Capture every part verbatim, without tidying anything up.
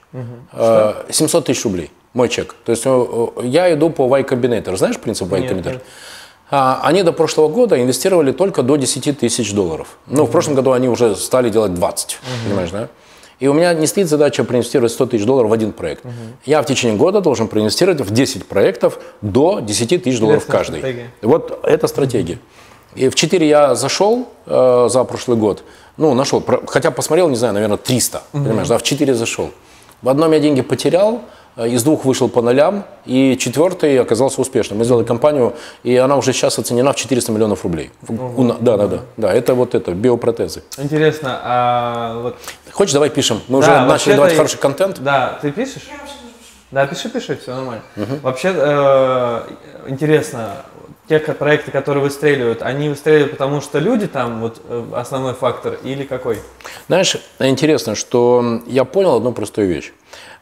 Угу. семьсот тысяч рублей, мой чек. То есть я иду по Y Combinator. Знаешь принцип Y Combinator? Нет, нет. Они до прошлого года инвестировали только до десяти тысяч долларов. Но угу. в прошлом году они уже стали делать двадцать. Угу. Понимаешь, да? И у меня не стоит задача проинвестировать сто тысяч долларов в один проект. Угу. Я в течение года должен проинвестировать в десять проектов до десяти тысяч долларов каждый. Стратегия. Вот это стратегия. И в четыре я зашел э, за прошлый год. Ну, нашел, хотя посмотрел, не знаю, наверное, триста. Угу. Понимаешь, да, в четыре зашел. В одном я деньги потерял, из двух вышел по нолям, и четвертый оказался успешным. Мы сделали компанию, и она уже сейчас оценена в четыреста миллионов рублей. Угу. Да, да, да, да. Это вот это, биопротезы. Интересно, а вот... Хочешь, давай пишем? Мы да, уже начали давать хороший контент. Да, ты пишешь? Да, пиши, пиши, все нормально. Угу. Вообще, э, интересно, те проекты, которые выстреливают, они выстреливают потому, что люди там, вот основной фактор, или какой? Знаешь, интересно, что я понял одну простую вещь.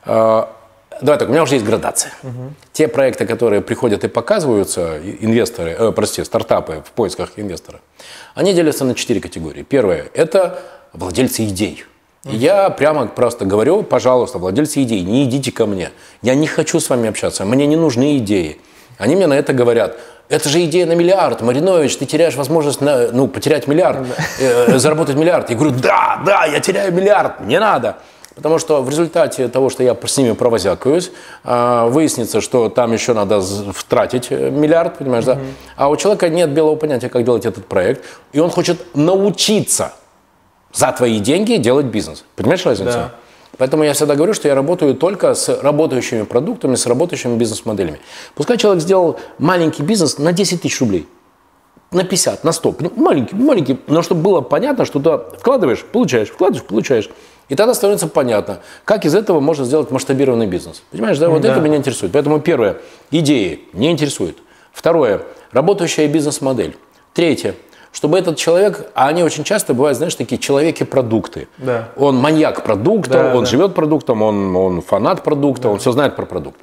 Давай так, у меня уже есть градация. Угу. Те проекты, которые приходят и показываются, инвесторы, э, прости, стартапы в поисках инвестора, они делятся на четыре категории. Первое – это владельцы идей. Угу. Я прямо просто говорю, пожалуйста, владельцы идей, не идите ко мне. Я не хочу с вами общаться, мне не нужны идеи. Они мне на это говорят. Это же идея на миллиард, Маринович, ты теряешь возможность на, ну, потерять миллиард, э, заработать миллиард. Я говорю, да, да, я теряю миллиард, не надо. Потому что в результате того, что я с ними провозякаюсь, выяснится, что там еще надо тратить миллиард, понимаешь, mm-hmm. да? А у человека нет белого понятия, как делать этот проект, и он хочет научиться за твои деньги делать бизнес. Понимаешь разницу? Да. Поэтому я всегда говорю, что я работаю только с работающими продуктами, с работающими бизнес-моделями. Пускай человек сделал маленький бизнес на десять тысяч рублей, на пятьдесят, на сто, маленький, маленький, но чтобы было понятно, что туда вкладываешь, получаешь, вкладываешь, получаешь. И тогда становится понятно, как из этого можно сделать масштабированный бизнес. Понимаешь, да? Вот да. это меня интересует. Поэтому первое, идеи не интересуют. Второе, работающая бизнес-модель. Третье, чтобы этот человек, а они очень часто бывают, знаешь, такие человеки-продукты. Да. Он маньяк продукта, да, он да. живет продуктом, он, он фанат продукта, да. он все знает про продукт.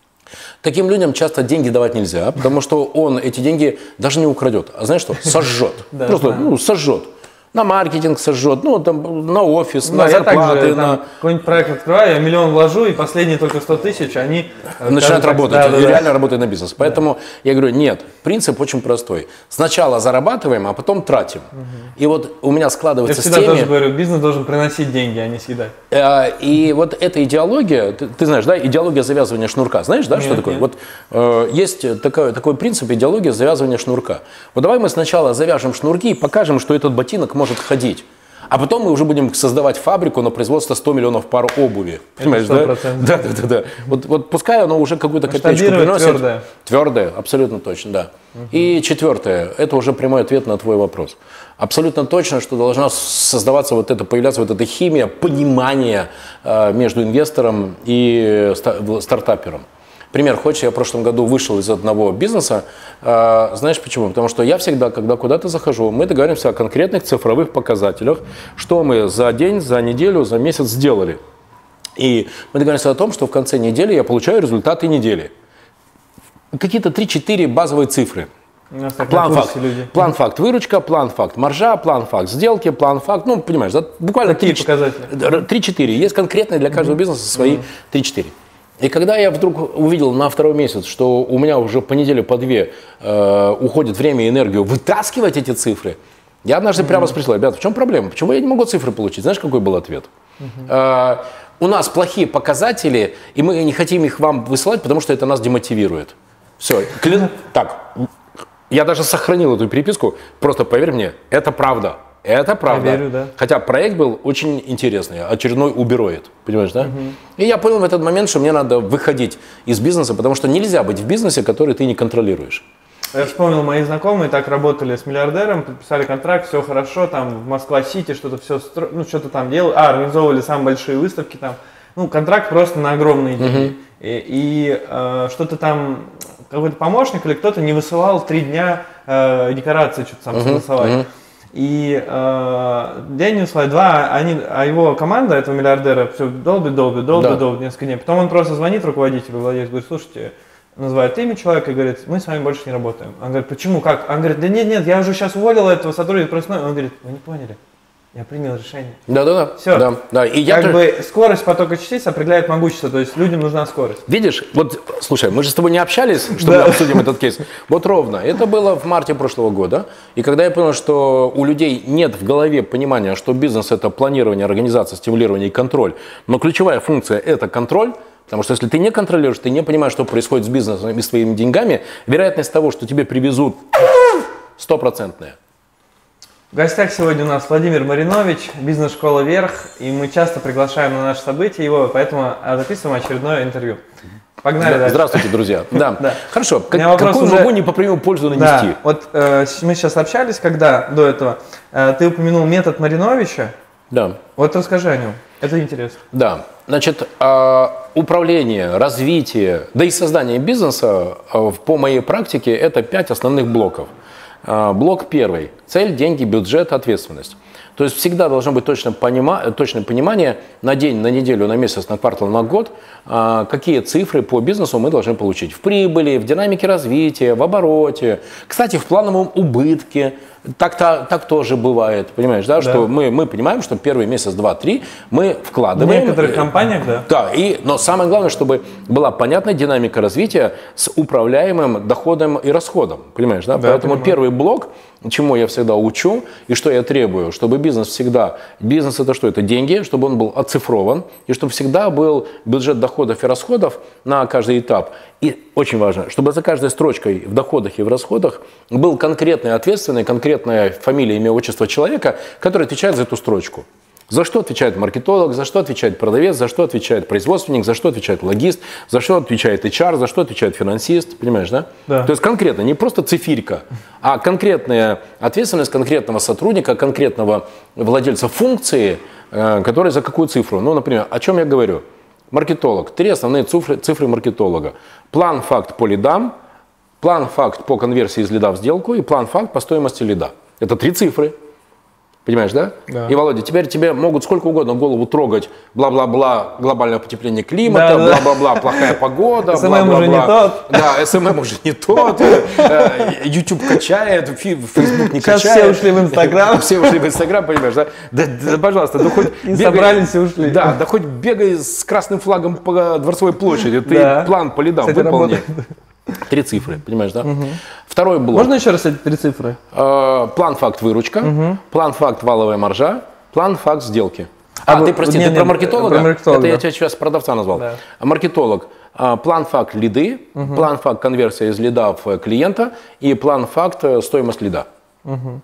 Таким людям часто деньги давать нельзя, потому что он эти деньги даже не украдет, а знаешь что, сожжет. Просто ну, сожжет. На маркетинг сожжет, ну, там, на офис, ну, на зарплаты. На... Какой-нибудь проект открываю, я миллион вложу, и последние только сто тысяч, они... Начинают работать, да, да, и да. реально работают на бизнес. Поэтому да. я говорю, нет, принцип очень простой. Сначала зарабатываем, а потом тратим. Угу. И вот у меня складывается схема... Я всегда тоже говорю, бизнес должен приносить деньги, а не съедать. И вот эта идеология, ты, ты знаешь, да, идеология завязывания шнурка. знаешь, да, нет, что такое? Нет. Вот э, есть такой, такой принцип, идеология завязывания шнурка. Вот давай мы сначала завяжем шнурки и покажем, что этот ботинок может ходить. А потом мы уже будем создавать фабрику на производство ста миллионов пар обуви. Понимаешь, да? Да, да, да, да. Вот, вот пускай оно уже какую-то копеечку приносит. Твердое. Твердое, абсолютно точно, да. Угу. И четвертое, это уже прямой ответ на твой вопрос. Абсолютно точно, что должна создаваться вот это, появляться вот эта химия, понимание э, между инвестором и стартапером. Пример, хочешь, я в прошлом году вышел из одного бизнеса, э, знаешь почему? Потому что я всегда, когда куда-то захожу, мы договоримся о конкретных цифровых показателях, что мы за день, за неделю, за месяц сделали. И мы договоримся о том, что в конце недели я получаю результаты недели. Какие-то три-четыре базовые цифры. План-факт, план-факт, выручка, план-факт, маржа, план-факт, сделки, план-факт, ну, понимаешь, да, буквально три-четыре. Есть конкретные для каждого бизнеса свои три-четыре. И когда я вдруг увидел на второй месяц, что у меня уже по неделе, по две э, уходит время и энергию вытаскивать эти цифры, я однажды mm-hmm. прямо спросил, ребята, в чем проблема? Почему я не могу цифры получить? Знаешь, какой был ответ? Mm-hmm. э, у нас плохие показатели, и мы не хотим их вам высылать, потому что это нас демотивирует. Все, клин... так, я даже сохранил эту переписку, просто поверь мне, это правда. Это правда. Я верю, да. Хотя проект был очень интересный, очередной Uberoid, понимаешь, да? Угу. И я понял в этот момент, что мне надо выходить из бизнеса, потому что нельзя быть в бизнесе, который ты не контролируешь. Я вспомнил, мои знакомые так работали с миллиардером, подписали контракт, все хорошо, там в Москва-Сити что-то все, стро... ну что-то там делали, а, организовывали самые большие выставки там, ну контракт просто на огромные деньги. Угу. И, и э, что-то там, какой-то помощник или кто-то не высылал три дня э, декорации, что-то там угу. согласовать. Угу. И э, день не высылает, два, они, а его команда, этого миллиардера, все долбит, долбит, долбит, да. долбит несколько дней. Потом он просто звонит руководителю, владельцу, говорит, слушайте, называет имя человека и говорит, мы с вами больше не работаем. Он говорит, почему, как? Он говорит, да нет, нет, я уже сейчас уволил этого сотрудника, просто... Он говорит, вы не поняли, Я принял решение. Да-да-да. Все. Да, да. И как я... бы скорость потока частиц определяет могущество, то есть людям нужна скорость. Видишь, вот, слушай, мы же с тобой не общались, чтобы обсудим этот кейс. Вот ровно. Это было в марте прошлого года. И когда я понял, что у людей нет в голове понимания, что бизнес – это планирование, организация, стимулирование и контроль, но ключевая функция – это контроль, потому что если ты не контролируешь, ты не понимаешь, что происходит с бизнесом и с твоими деньгами, вероятность того, что тебе привезут, стопроцентная. В гостях сегодня у нас Владимир Маринович, бизнес-школа «Вверх», и мы часто приглашаем на наши события его, поэтому записываем очередное интервью. Погнали Да, дальше. Здравствуйте, друзья. Да. Да. Хорошо. Как, какую уже... могу непоправимую пользу нанести? Да. Вот э, мы сейчас общались, когда до этого э, ты упомянул метод Мариновича. Да. Вот расскажи о нем. Это интересно. Да. Значит, управление, развитие, да и создание бизнеса по моей практике это пять основных блоков. Блок первый. Цель, деньги, бюджет, ответственность. То есть всегда должно быть точно понима, точное понимание на день, на неделю, на месяц, на квартал, на год, какие цифры по бизнесу мы должны получить. В прибыли, в динамике развития, в обороте, кстати, в плановом убытке. Так, так, так тоже бывает, понимаешь, да, да. Что мы, мы понимаем, что первый месяц, два, три мы вкладываем. В некоторых компаниях, да. Да, и, но самое главное, чтобы была понятная динамика развития с управляемым доходом и расходом, понимаешь, да? Да, поэтому понимаю. первый блок, чему я всегда учу и что я требую, чтобы бизнес всегда, бизнес это что? Это деньги, чтобы он был оцифрован и чтобы всегда был бюджет доходов и расходов на каждый этап. И очень важно, чтобы за каждой строчкой в доходах и в расходах был конкретный ответственный, конкретная фамилия, имя, отчество человека, который отвечает за эту строчку. За что отвечает маркетолог, за что отвечает продавец, за что отвечает производственник, за что отвечает логист, за что отвечает эйч ар, за что отвечает финансист, понимаешь, да? Да. То есть конкретно, не просто цифирка, а конкретная ответственность конкретного сотрудника, конкретного владельца функции, который за какую цифру. Ну, например, о чем я говорю? Маркетолог. Три основные цифры, цифры маркетолога. План, факт по лидам, план, факт по конверсии из лида в сделку и план, факт по стоимости лида. Это три цифры. Понимаешь, да? Да. И, Володя, теперь тебе могут сколько угодно голову трогать. Бла-бла-бла, глобальное потепление климата, да, бла-бла-бла, да. Плохая погода. эс эм эм уже не тот. Да, эс эм эм уже не тот. YouTube качает, Facebook не Сейчас качает. все ушли в Инстаграм. Все ушли в Инстаграм, понимаешь, да? Да, да, пожалуйста, да хоть И собрались и ушли. Да, да хоть бегай с красным флагом по Дворцовой площади, ты Да. план по лидам Кстати, выполни. работает. Три цифры, понимаешь, да? Угу. Второй блок. Можно еще раз эти три цифры? Э, план, факт, выручка. Угу. План, факт, валовая маржа. План, факт, сделки. А, А ты, вы- прости, не, ты не, про маркетолога? про маркетолога. Это я тебя сейчас продавца назвал. Да. А маркетолог. А, план, факт, лиды. Угу. План, факт, конверсия из лида в клиента. И план, факт, стоимость лида. Угу.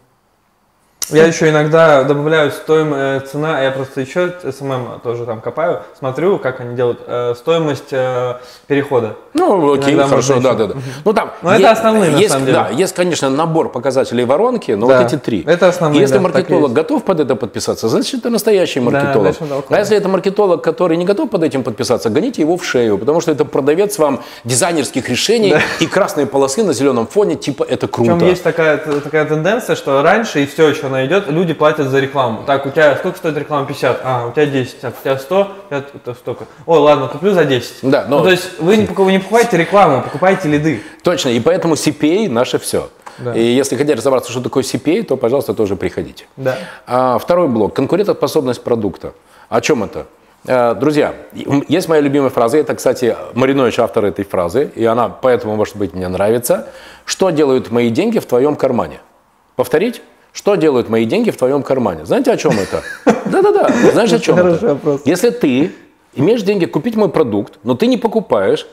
Я еще иногда добавляю стоимость, цена, я просто еще эс эм эм тоже там копаю, смотрю, как они делают, э, стоимость э, перехода. Ну, окей, Иногда хорошо, можно да, еще. да, да. Ну, там Но это есть- основные, на есть, самом деле. Да, есть, конечно, набор показателей воронки, но Да, вот эти три. это основные, Если да, так и маркетолог есть. готов под это подписаться, значит, это настоящий Да, маркетолог. значит, он толковый. А если это маркетолог, который не готов под этим подписаться, гоните его в шею, потому что это продавец вам дизайнерских решений и красные полосы на зеленом фоне, типа это круто. Причем есть такая, такая тенденция, что раньше, и все еще она идет, люди платят за рекламу. Так, у тебя сколько стоит реклама? пятьдесят. А, у тебя десять. Так, у тебя сто. У тебя это столько. Ой, ладно, куплю за десять. Да, но- Ну, то есть вы не, покуп- не покупаете рекламу, покупаете лиды. Точно, и поэтому си пи эй наше все. Да. И если хотите разобраться, что такое си пи эй, то, пожалуйста, тоже приходите. Да. А, второй блок. Конкурентоспособность продукта. О чем это? Э, Друзья, есть моя любимая фраза. Это, кстати, Маринович автор этой фразы. И она поэтому, может быть, мне нравится. Что делают мои деньги в твоем кармане? Повторить? Что делают мои деньги в твоем кармане? Знаете, о чем это? Да-да-да. Знаешь, о чем Хороший это? вопрос. Если ты имеешь деньги купить мой продукт, но ты не покупаешь,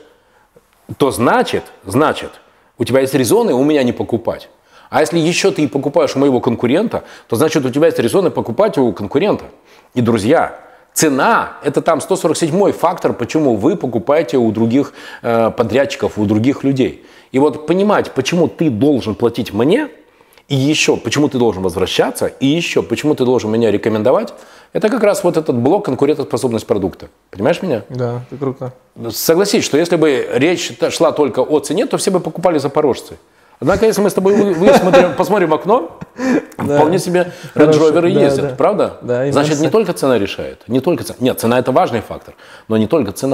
то значит, значит, у тебя есть резоны у меня не покупать. А если еще ты и покупаешь у моего конкурента, то значит, у тебя есть резоны покупать у конкурента. И, друзья, цена – это там сто сорок седьмой фактор, почему вы покупаете у других э, подрядчиков, у других людей. И вот понимать, почему ты должен платить мне, и еще, почему ты должен возвращаться, и еще, почему ты должен меня рекомендовать, это как раз вот этот блок конкурентоспособность продукта. Понимаешь меня? Да, это круто. Согласись, что если бы речь шла только о цене, то все бы покупали запорожцы. Однако, если мы с тобой высмотрим, посмотрим в окно, вполне себе Range Rover да, ездят, да. правда? Да, и Значит, Мерсы. не только цена решает. Не только цена. Нет, цена – это важный фактор, но не только цена.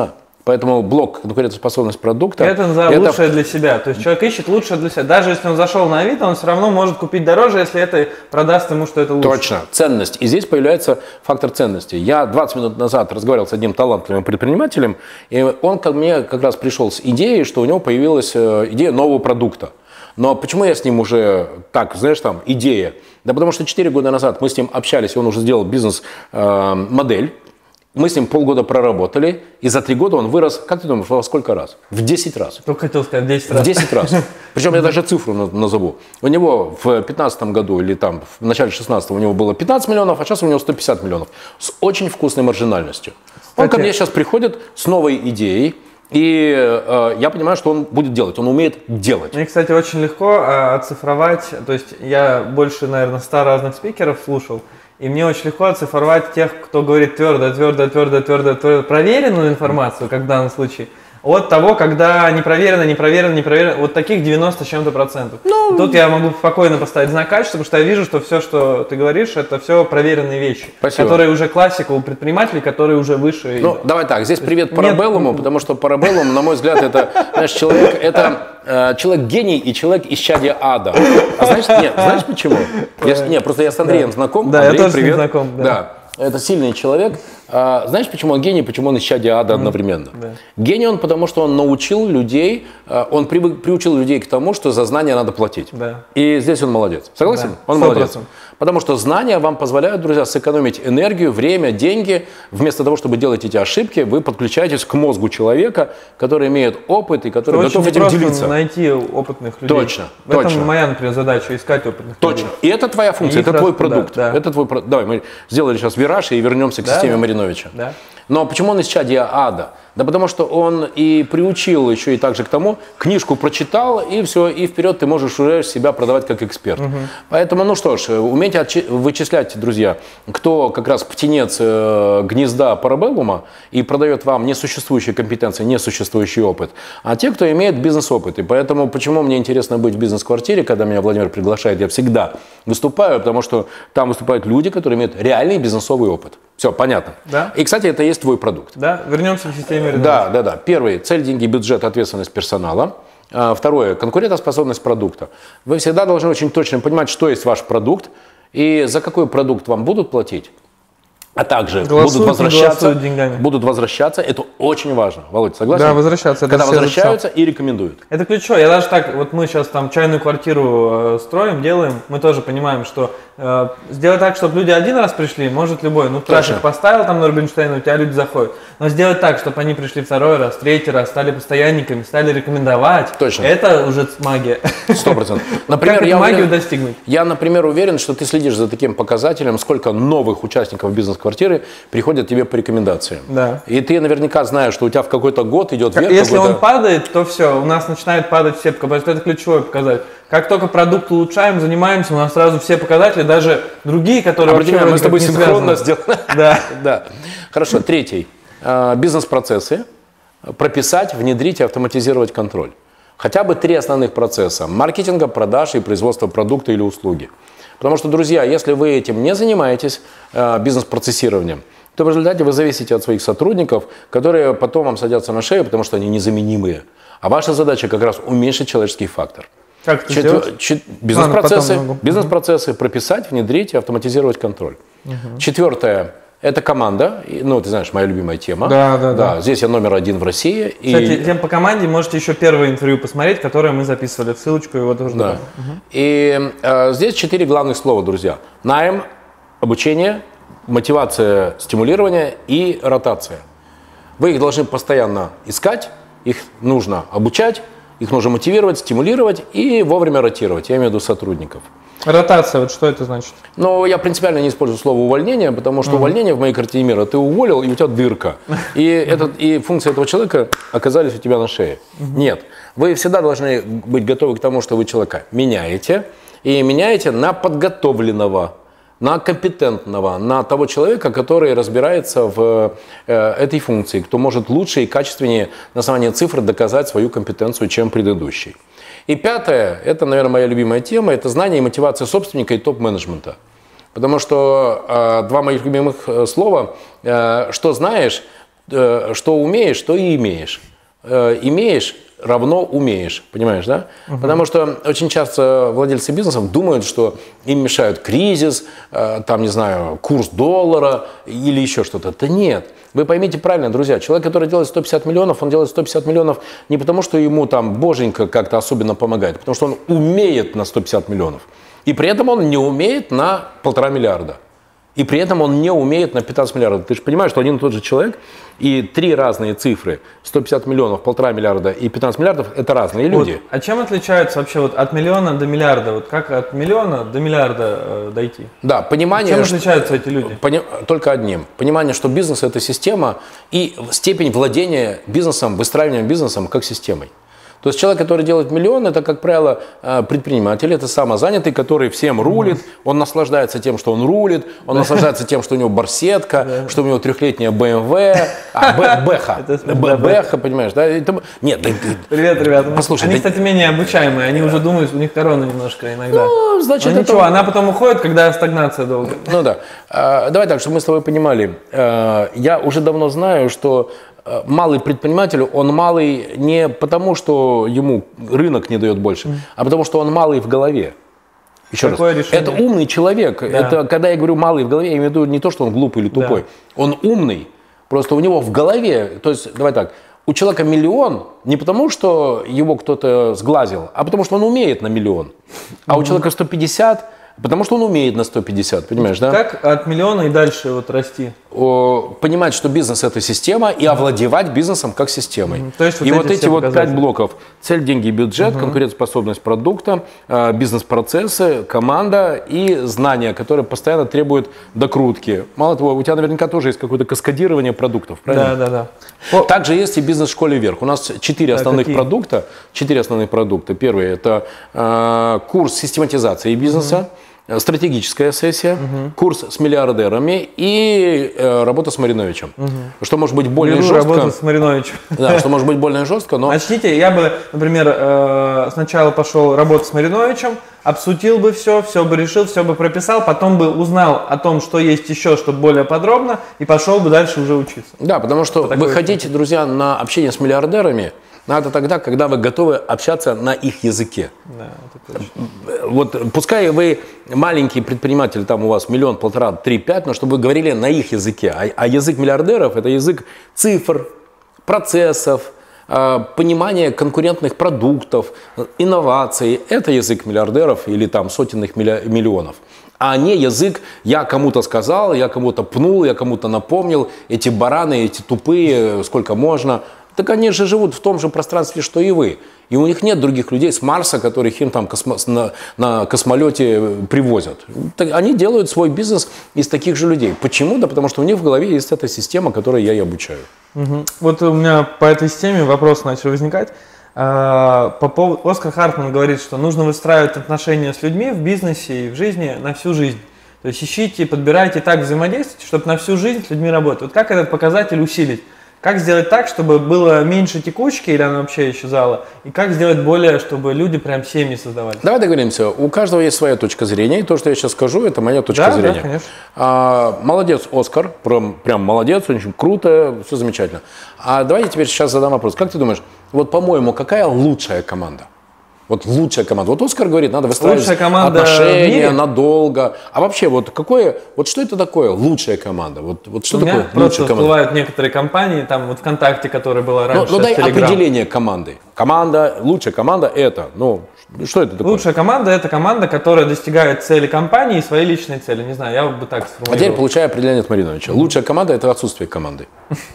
Поэтому блок конкурентоспособность продукта. Это за это... лучшее для себя. То есть человек ищет лучшее для себя. Даже если он зашел на Авито, он все равно может купить дороже, если это продаст ему, что это лучше. Точно. Ценность. И здесь появляется фактор ценности. Я двадцать минут назад разговаривал с одним талантливым предпринимателем, и он ко мне как раз пришел с идеей, что у него появилась идея нового продукта. Но почему я с ним уже так, знаешь, там, идея? Да потому что четыре года назад мы с ним общались, и он уже сделал бизнес-модель. Мы с ним полгода проработали, и за три года он вырос, как ты думаешь, во сколько раз? В десять раз. Только хотел сказать, в десять раз. В десять раз. Причем я даже цифру назову. У него в пятнадцатом году или там в начале шестнадцатого у него было пятнадцать миллионов, а сейчас у него сто пятьдесят миллионов. С очень вкусной маржинальностью. Кстати, он ко мне сейчас приходит с новой идеей, и э, я понимаю, что он будет делать, он умеет делать. Мне, кстати, очень легко э, оцифровать, то есть я больше, наверное, ста разных спикеров слушал, и мне очень легко оцифровать тех, кто говорит твердо, твердо, твердо, твердо, твердо, проверенную информацию, как в данном случае, от того, когда непроверено, непроверено, непроверено, вот таких девяносто с чем-то процентов. Ну, тут я могу спокойно поставить знак качества, потому что я вижу, что все, что ты говоришь, это все проверенные вещи. Спасибо. Которые уже классика у предпринимателей, которые уже выше. Ну, давай так, здесь привет Парабеллуму, потому что Парабеллум, на мой взгляд, это, знаешь, человек, это э, человек гений и человек исчадия ада. А знаешь, нет, знаешь почему? Я, нет, просто я с Андреем да. знаком. Да, Андрей, я тоже привет. с ним знаком. Да. да. Это сильный человек. А, знаешь, почему он гений, почему он исчадие ада одновременно? Да. Гений он, потому что он научил людей, он привык, приучил людей к тому, что за знания надо платить. Да. И здесь он молодец. Согласен? Да. Он молодец. Потому что знания вам позволяют, друзья, сэкономить энергию, время, деньги. Вместо того, чтобы делать эти ошибки, вы подключаетесь к мозгу человека, который имеет опыт и который это готов очень этим делиться. Найти опытных людей. Точно. В этом точно. моя, например, задача искать опытных точно. людей. И это твоя функция, это твой продукт. Да, да. Это твой продукт. Давай, мы сделали сейчас вираж и вернемся к да, системе да. Мариновича. Да. Но почему он исчадие ада? Да потому что он и приучил еще и также к тому, книжку прочитал, и все, и вперед ты можешь уже себя продавать как эксперт. Угу. Поэтому, ну что ж, умейте вычислять, друзья, кто как раз птенец э, гнезда Парабеллума и продает вам несуществующие компетенции, несуществующий опыт, а те, кто имеет бизнес-опыт. И поэтому, почему мне интересно быть в бизнес-квартире, когда меня Владимир приглашает, я всегда выступаю, потому что там выступают люди, которые имеют реальный бизнесовый опыт. Все, понятно. Да. И, кстати, это есть твой продукт. Да, вернемся к системе рынка. Да, да, да. Первый – цель, деньги, бюджет, ответственность персонала. Второе – конкурентоспособность продукта. Вы всегда должны очень точно понимать, что есть ваш продукт и за какой продукт вам будут платить. А также голосуют, будут возвращаться, будут возвращаться. Это очень важно. Володь, согласен? Да, возвращаться. Когда возвращаются и рекомендуют. Это ключевое. Я даже так, вот мы сейчас там чайную квартиру э, строим, делаем, мы тоже понимаем, что э, сделать так, чтобы люди один раз пришли, может любой. Ну, трафик поставил там на Рубинштейна, у тебя люди заходят. Но сделать так, чтобы они пришли второй раз, третий раз, стали постоянниками, стали рекомендовать. Точно. Это уже магия. Сто процентов. Например, как я магию уверен, достигнуть? Я, например, уверен, что ты следишь за таким показателем, сколько новых участников бизнес-квартиры приходят тебе по рекомендациям. Да. И ты наверняка знаешь, что у тебя в какой-то год идет вверх. Если он падает, то все, у нас начинает падать все показатели. Это ключевой показатель. Как только продукт улучшаем, занимаемся, у нас сразу все показатели, даже другие, которые вообще внимание, мы с тобой синхронно сделали. Да. Да. Хорошо, третий. Бизнес-процессы. Прописать, внедрить и автоматизировать контроль. Хотя бы три основных процесса. Маркетинга, продаж и производства продукта или услуги. Потому что, друзья, если вы этим не занимаетесь, бизнес-процессированием, то в результате вы зависите от своих сотрудников, которые потом вам садятся на шею, потому что они незаменимые. А ваша задача как раз уменьшить человеческий фактор. Как это Четвер... сделать? Чет... Бизнес-процессы, бизнес-процессы прописать, внедрить и автоматизировать контроль. Угу. Четвертое. Это команда, ну, ты знаешь, моя любимая тема. Да, да, да. да. Здесь я номер один в России. Кстати, и... тем по команде можете еще первое интервью посмотреть, которое мы записывали. Ссылочку его тоже. Да. Угу. И э, здесь четыре главных слова, друзья. Найм, обучение, мотивация, стимулирование и ротация. Вы их должны постоянно искать, их нужно обучать, их нужно мотивировать, стимулировать и вовремя ротировать. Я имею в виду сотрудников. Ротация, вот что это значит? Ну, я принципиально не использую слово увольнение, потому что uh-huh. увольнение в моей картине мира ты уволил, и у тебя дырка. И, uh-huh. этот, и функции этого человека оказались у тебя на шее. Uh-huh. Нет. Вы всегда должны быть готовы к тому, что вы человека меняете, и меняете на подготовленного, на компетентного, на того человека, который разбирается в э, этой функции, кто может лучше и качественнее на основании цифр доказать свою компетенцию, чем предыдущий. И пятое, это, наверное, моя любимая тема, это знание и мотивация собственника и топ-менеджмента. Потому что э, два моих любимых слова, э, что знаешь, что умеешь, то и имеешь. Имеешь равно умеешь, понимаешь, да? Угу. Потому что очень часто владельцы бизнесов думают, что им мешают кризис, там, не знаю, курс доллара или еще что-то. Да нет. Вы поймите правильно, друзья, человек, который делает сто пятьдесят миллионов, он делает сто пятьдесят миллионов не потому, что ему там боженька как-то особенно помогает, а потому что он умеет на сто пятьдесят миллионов. И при этом он не умеет на полтора миллиарда. И при этом он не умеет на пятнадцать миллиардов. Ты же понимаешь, что один и тот же человек и три разные цифры, сто пятьдесят миллионов, полтора миллиарда и пятнадцать миллиардов, это разные люди. Вот. А чем отличаются вообще вот от миллиона до миллиарда? Вот как от миллиона до миллиарда э, дойти? Да, понимание... Чем отличаются эти люди? Пони... Только одним. Понимание, что бизнес – это система, и степень владения бизнесом, выстраиванием бизнесом как системой. То есть человек, который делает миллион, это, как правило, предприниматель, это самозанятый, который всем рулит, он наслаждается тем, что он рулит, он наслаждается тем, что у него барсетка, что у него трехлетняя бэ эм вэ, а, Бэха, Бэха, понимаешь, да? Нет, привет, ребята. Послушай, они, кстати, менее обучаемые, они уже думают, у них корона немножко иногда. Ну, значит, это... ничего, она потом уходит, когда стагнация долго. Ну да. Давай так, чтобы мы с тобой понимали, я уже давно знаю, что малый предприниматель, он малый не потому, что ему рынок не дает больше, mm. а потому, что он малый в голове. Еще Какое раз, решение? Это умный человек. Да. Это, когда я говорю малый в голове, я имею в виду не то, что он глупый или тупой. Да. Он умный. Просто у него в голове, то есть, давай так, у человека миллион не потому, что его кто-то сглазил, а потому, что он умеет на миллион. А mm-hmm. у человека сто пятьдесят, потому что он умеет на сто пятьдесят, понимаешь, да? Как от миллиона и дальше вот расти? О, понимать, что бизнес – это система, и овладевать бизнесом как системой. Mm-hmm. То есть вот и эти вот эти вот пять блоков – цель, деньги, бюджет, mm-hmm. конкурентоспособность продукта, бизнес-процессы, команда и знания, которые постоянно требуют докрутки. Мало того, у тебя наверняка тоже есть какое-то каскадирование продуктов, правильно? Да, да, да. Также есть и бизнес в школе вверх. У нас четыре да, основных какие? продукта. Четыре основных продукта. Первый – это э, курс систематизации бизнеса. Mm-hmm. Стратегическая сессия, угу. курс с миллиардерами и э, работа с Мариновичем. Угу. Что может быть более Люблю жестко. Работу с Мариновичем. Да, что может быть более жестко, но... Начните, я бы, например, э, сначала пошел работать с Мариновичем, обсудил бы все, все бы решил, все бы прописал, потом бы узнал о том, что есть еще, что более подробно, и пошел бы дальше уже учиться. Да, потому что вы хотите, друзья, на общение с миллиардерами, надо тогда, когда вы готовы общаться на их языке. Да, это точно. Вот пускай вы маленький предприниматель, там у вас миллион, полтора, три, пять, но чтобы вы говорили на их языке. А, а язык миллиардеров – это язык цифр, процессов, э, понимания конкурентных продуктов, инноваций. Это язык миллиардеров или там сотенных миллионов. А не язык «я кому-то сказал, я кому-то пнул, я кому-то напомнил, эти бараны, эти тупые, сколько можно». Так они же живут в том же пространстве, что и вы. И у них нет других людей с Марса, которых им там космо, на, на космолете привозят. Так они делают свой бизнес из таких же людей. Почему? Да потому что у них в голове есть эта система, которой я и обучаю. Угу. Вот у меня по этой системе вопрос начал возникать. По поводу... Оскар Хартман говорит, что нужно выстраивать отношения с людьми в бизнесе и в жизни на всю жизнь. То есть ищите, подбирайте так взаимодействовать, чтобы на всю жизнь с людьми работать. Вот как этот показатель усилить? Как сделать так, чтобы было меньше текучки, или она вообще исчезала, и как сделать более, чтобы люди прям семьи создавали? Давай договоримся. У каждого есть своя точка зрения, и то, что я сейчас скажу, это моя точка да, зрения. Да, конечно. А, молодец, Оскар, прям, прям молодец, очень круто, все замечательно. А давай я тебе сейчас задам вопрос. Как ты думаешь, вот по-моему, какая лучшая команда? Вот лучшая команда. Вот Оскар говорит, надо выстраивать отношения надолго. А вообще, вот какое, вот что это такое лучшая команда? Вот, вот что У такое меня просто всплывают некоторые компании, там вот ВКонтакте, которая была раньше. Ну, ну дай Telegram. Определение команды. Команда, лучшая команда это, ну, что это такое? Лучшая команда это команда, которая достигает цели компании и своей личной цели. Не знаю, я бы так сформулировал. А теперь получаю определение от Мариновича. Лучшая команда это отсутствие команды.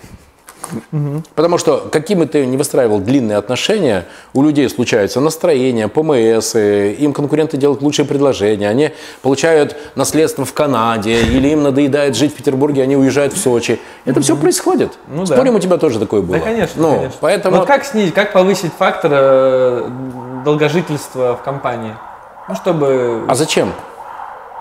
Угу. Потому что, каким бы ты ни выстраивал длинные отношения, у людей случаются настроения, ПМС, им конкуренты делают лучшие предложения, они получают наследство в Канаде, или им надоедает жить в Петербурге, они уезжают в Сочи. Это угу. все происходит. Ну, Спорим, да. у тебя тоже такое было? Да, конечно. Ну, конечно. Поэтому... Вот как снизить, как повысить фактор э, долгожительства в компании? Ну, чтобы... А зачем?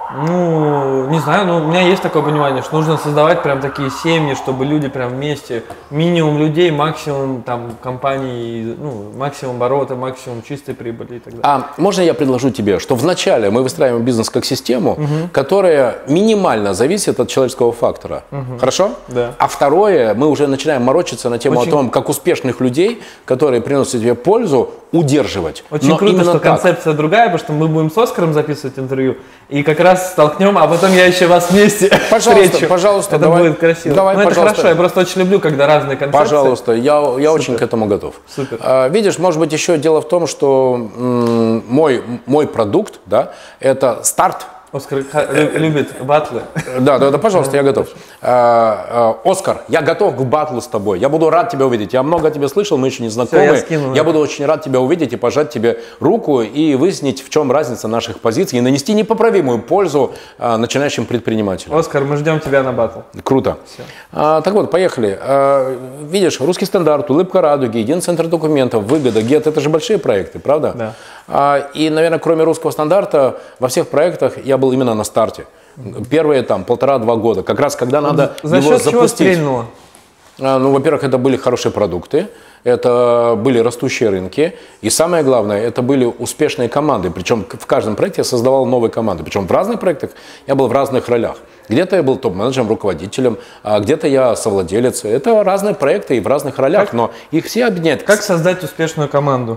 Ну, не знаю, но у меня есть такое понимание, что нужно создавать прям такие семьи, чтобы люди прям вместе, минимум людей, максимум там компаний, ну, максимум оборота, максимум чистой прибыли и так далее. А можно я предложу тебе, что вначале мы выстраиваем бизнес как систему, угу. которая минимально зависит от человеческого фактора. Угу. Хорошо? Да. А второе, мы уже начинаем морочиться на тему Очень... о том, как успешных людей, которые приносят тебе пользу, удерживать. Очень Но круто, что так. концепция другая, потому что мы будем с Оскаром записывать интервью, и как раз столкнем, а потом я еще вас вместе пожалуйста, встречу. Пожалуйста, это давай, будет красиво. Давай, ну, это пожалуйста. хорошо, я просто очень люблю, когда разные концепции. Пожалуйста, я, я очень к этому готов. Супер. А, видишь, может быть, еще дело в том, что м, мой, мой продукт, да, это старт. Оскар любит батлы. Да, да, да, пожалуйста, я готов. А, а, Оскар, я готов к батлу с тобой. Я буду рад тебя увидеть. Я много о тебе слышал, мы еще не знакомы. Все, я скину, я буду очень рад тебя увидеть и пожать тебе руку и выяснить, в чем разница наших позиций и нанести непоправимую пользу а, начинающим предпринимателям. Оскар, мы ждем тебя на батл. Круто. А, так вот, поехали. А, видишь, русский стандарт, улыбка радуги, единый центр документов, выгода, гет, это же большие проекты, правда? Да. А, и, наверное, кроме русского стандарта, во всех проектах я был именно на старте. Первые там полтора-два года, как раз когда надо За его счет чего запустить. стрельнуло? А, ну, во-первых, это были хорошие продукты, это были растущие рынки, и самое главное, это были успешные команды. Причем в каждом проекте я создавал новые команды. Причем в разных проектах я был в разных ролях. Где-то я был топ-менеджером, руководителем, а где-то я совладелец. Это разные проекты и в разных ролях, как, но их все объединяют. Как создать успешную команду?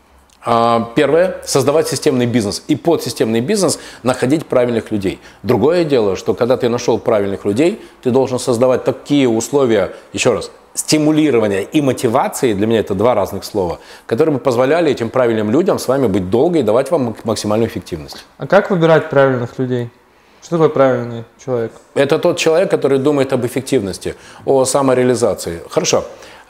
Первое – создавать системный бизнес. И под системный бизнес находить правильных людей. Другое дело, что когда ты нашел правильных людей, ты должен создавать такие условия, еще раз, стимулирования и мотивации, для меня это два разных слова, которые бы позволяли этим правильным людям с вами быть долго и давать вам максимальную эффективность. А как выбирать правильных людей? Что такое правильный человек? Это тот человек, который думает об эффективности, о самореализации. Хорошо.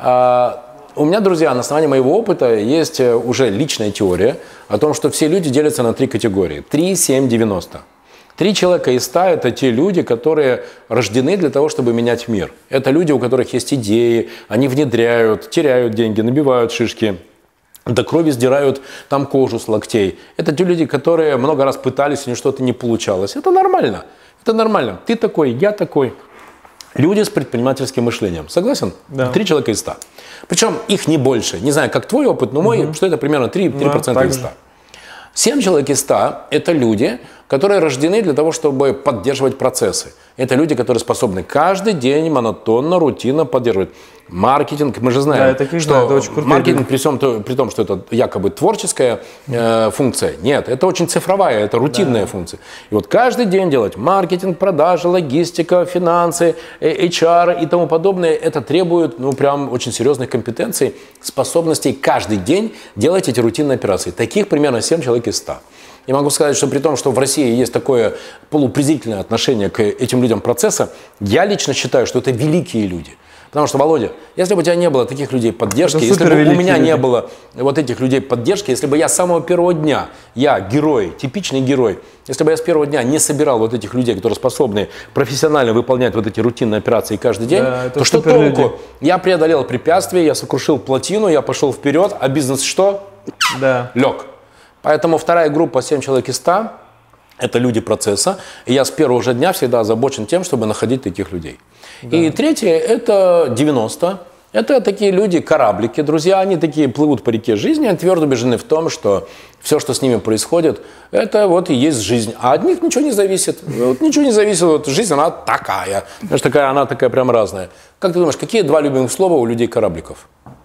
У меня, друзья, на основании моего опыта есть уже личная теория о том, что все люди делятся на три категории. три, семь, девяносто. Три человека из ста – это те люди, которые рождены для того, чтобы менять мир. Это люди, у которых есть идеи, они внедряют, теряют деньги, набивают шишки, до крови сдирают там кожу с локтей. Это те люди, которые много раз пытались, у них что-то не получалось. Это нормально. Это нормально. Ты такой, я такой. Люди с предпринимательским мышлением. Согласен? Да. Три человека из ста. Причем их не больше. Не знаю, как твой опыт, но мой, угу. что это примерно три процента да, из ста. семь человек из ста – это люди, которые рождены для того, чтобы поддерживать процессы. Это люди, которые способны каждый день монотонно, рутинно поддерживать. Маркетинг, мы же знаем, да, это, что да, это маркетинг при, всем, при том, что это якобы творческая э, функция. Нет, это очень цифровая, это рутинная да. функция. И вот каждый день делать маркетинг, продажи, логистика, финансы, эйч ар и тому подобное, это требует ну, прям очень серьезных компетенций, способностей каждый день делать эти рутинные операции. Таких примерно семь человек из ста. Я могу сказать, что при том, что в России есть такое полупрезрительное отношение к этим людям процесса, я лично считаю, что это великие люди. Потому что, Володя, если бы у тебя не было таких людей поддержки, если бы у меня люди. не было вот этих людей поддержки, если бы я с самого первого дня, я герой, типичный герой, если бы я с первого дня не собирал вот этих людей, которые способны профессионально выполнять вот эти рутинные операции каждый день, да, то что толку? Люди. Я преодолел препятствия, я сокрушил плотину, я пошел вперед, а бизнес что? Да. Лег. Поэтому вторая группа семь человек из ста – это люди процесса. И я с первого же дня всегда озабочен тем, чтобы находить таких людей. Да. И третье – это девяносто. Это такие люди, кораблики, друзья, они такие плывут по реке жизни, они твердо убеждены в том, что все, что с ними происходит, это вот и есть жизнь. А от них ничего не зависит. Вот ничего не зависит, вот жизнь, она такая. Знаешь, такая, она такая прям разная. Как ты думаешь, какие два любимых слова у людей-корабликов?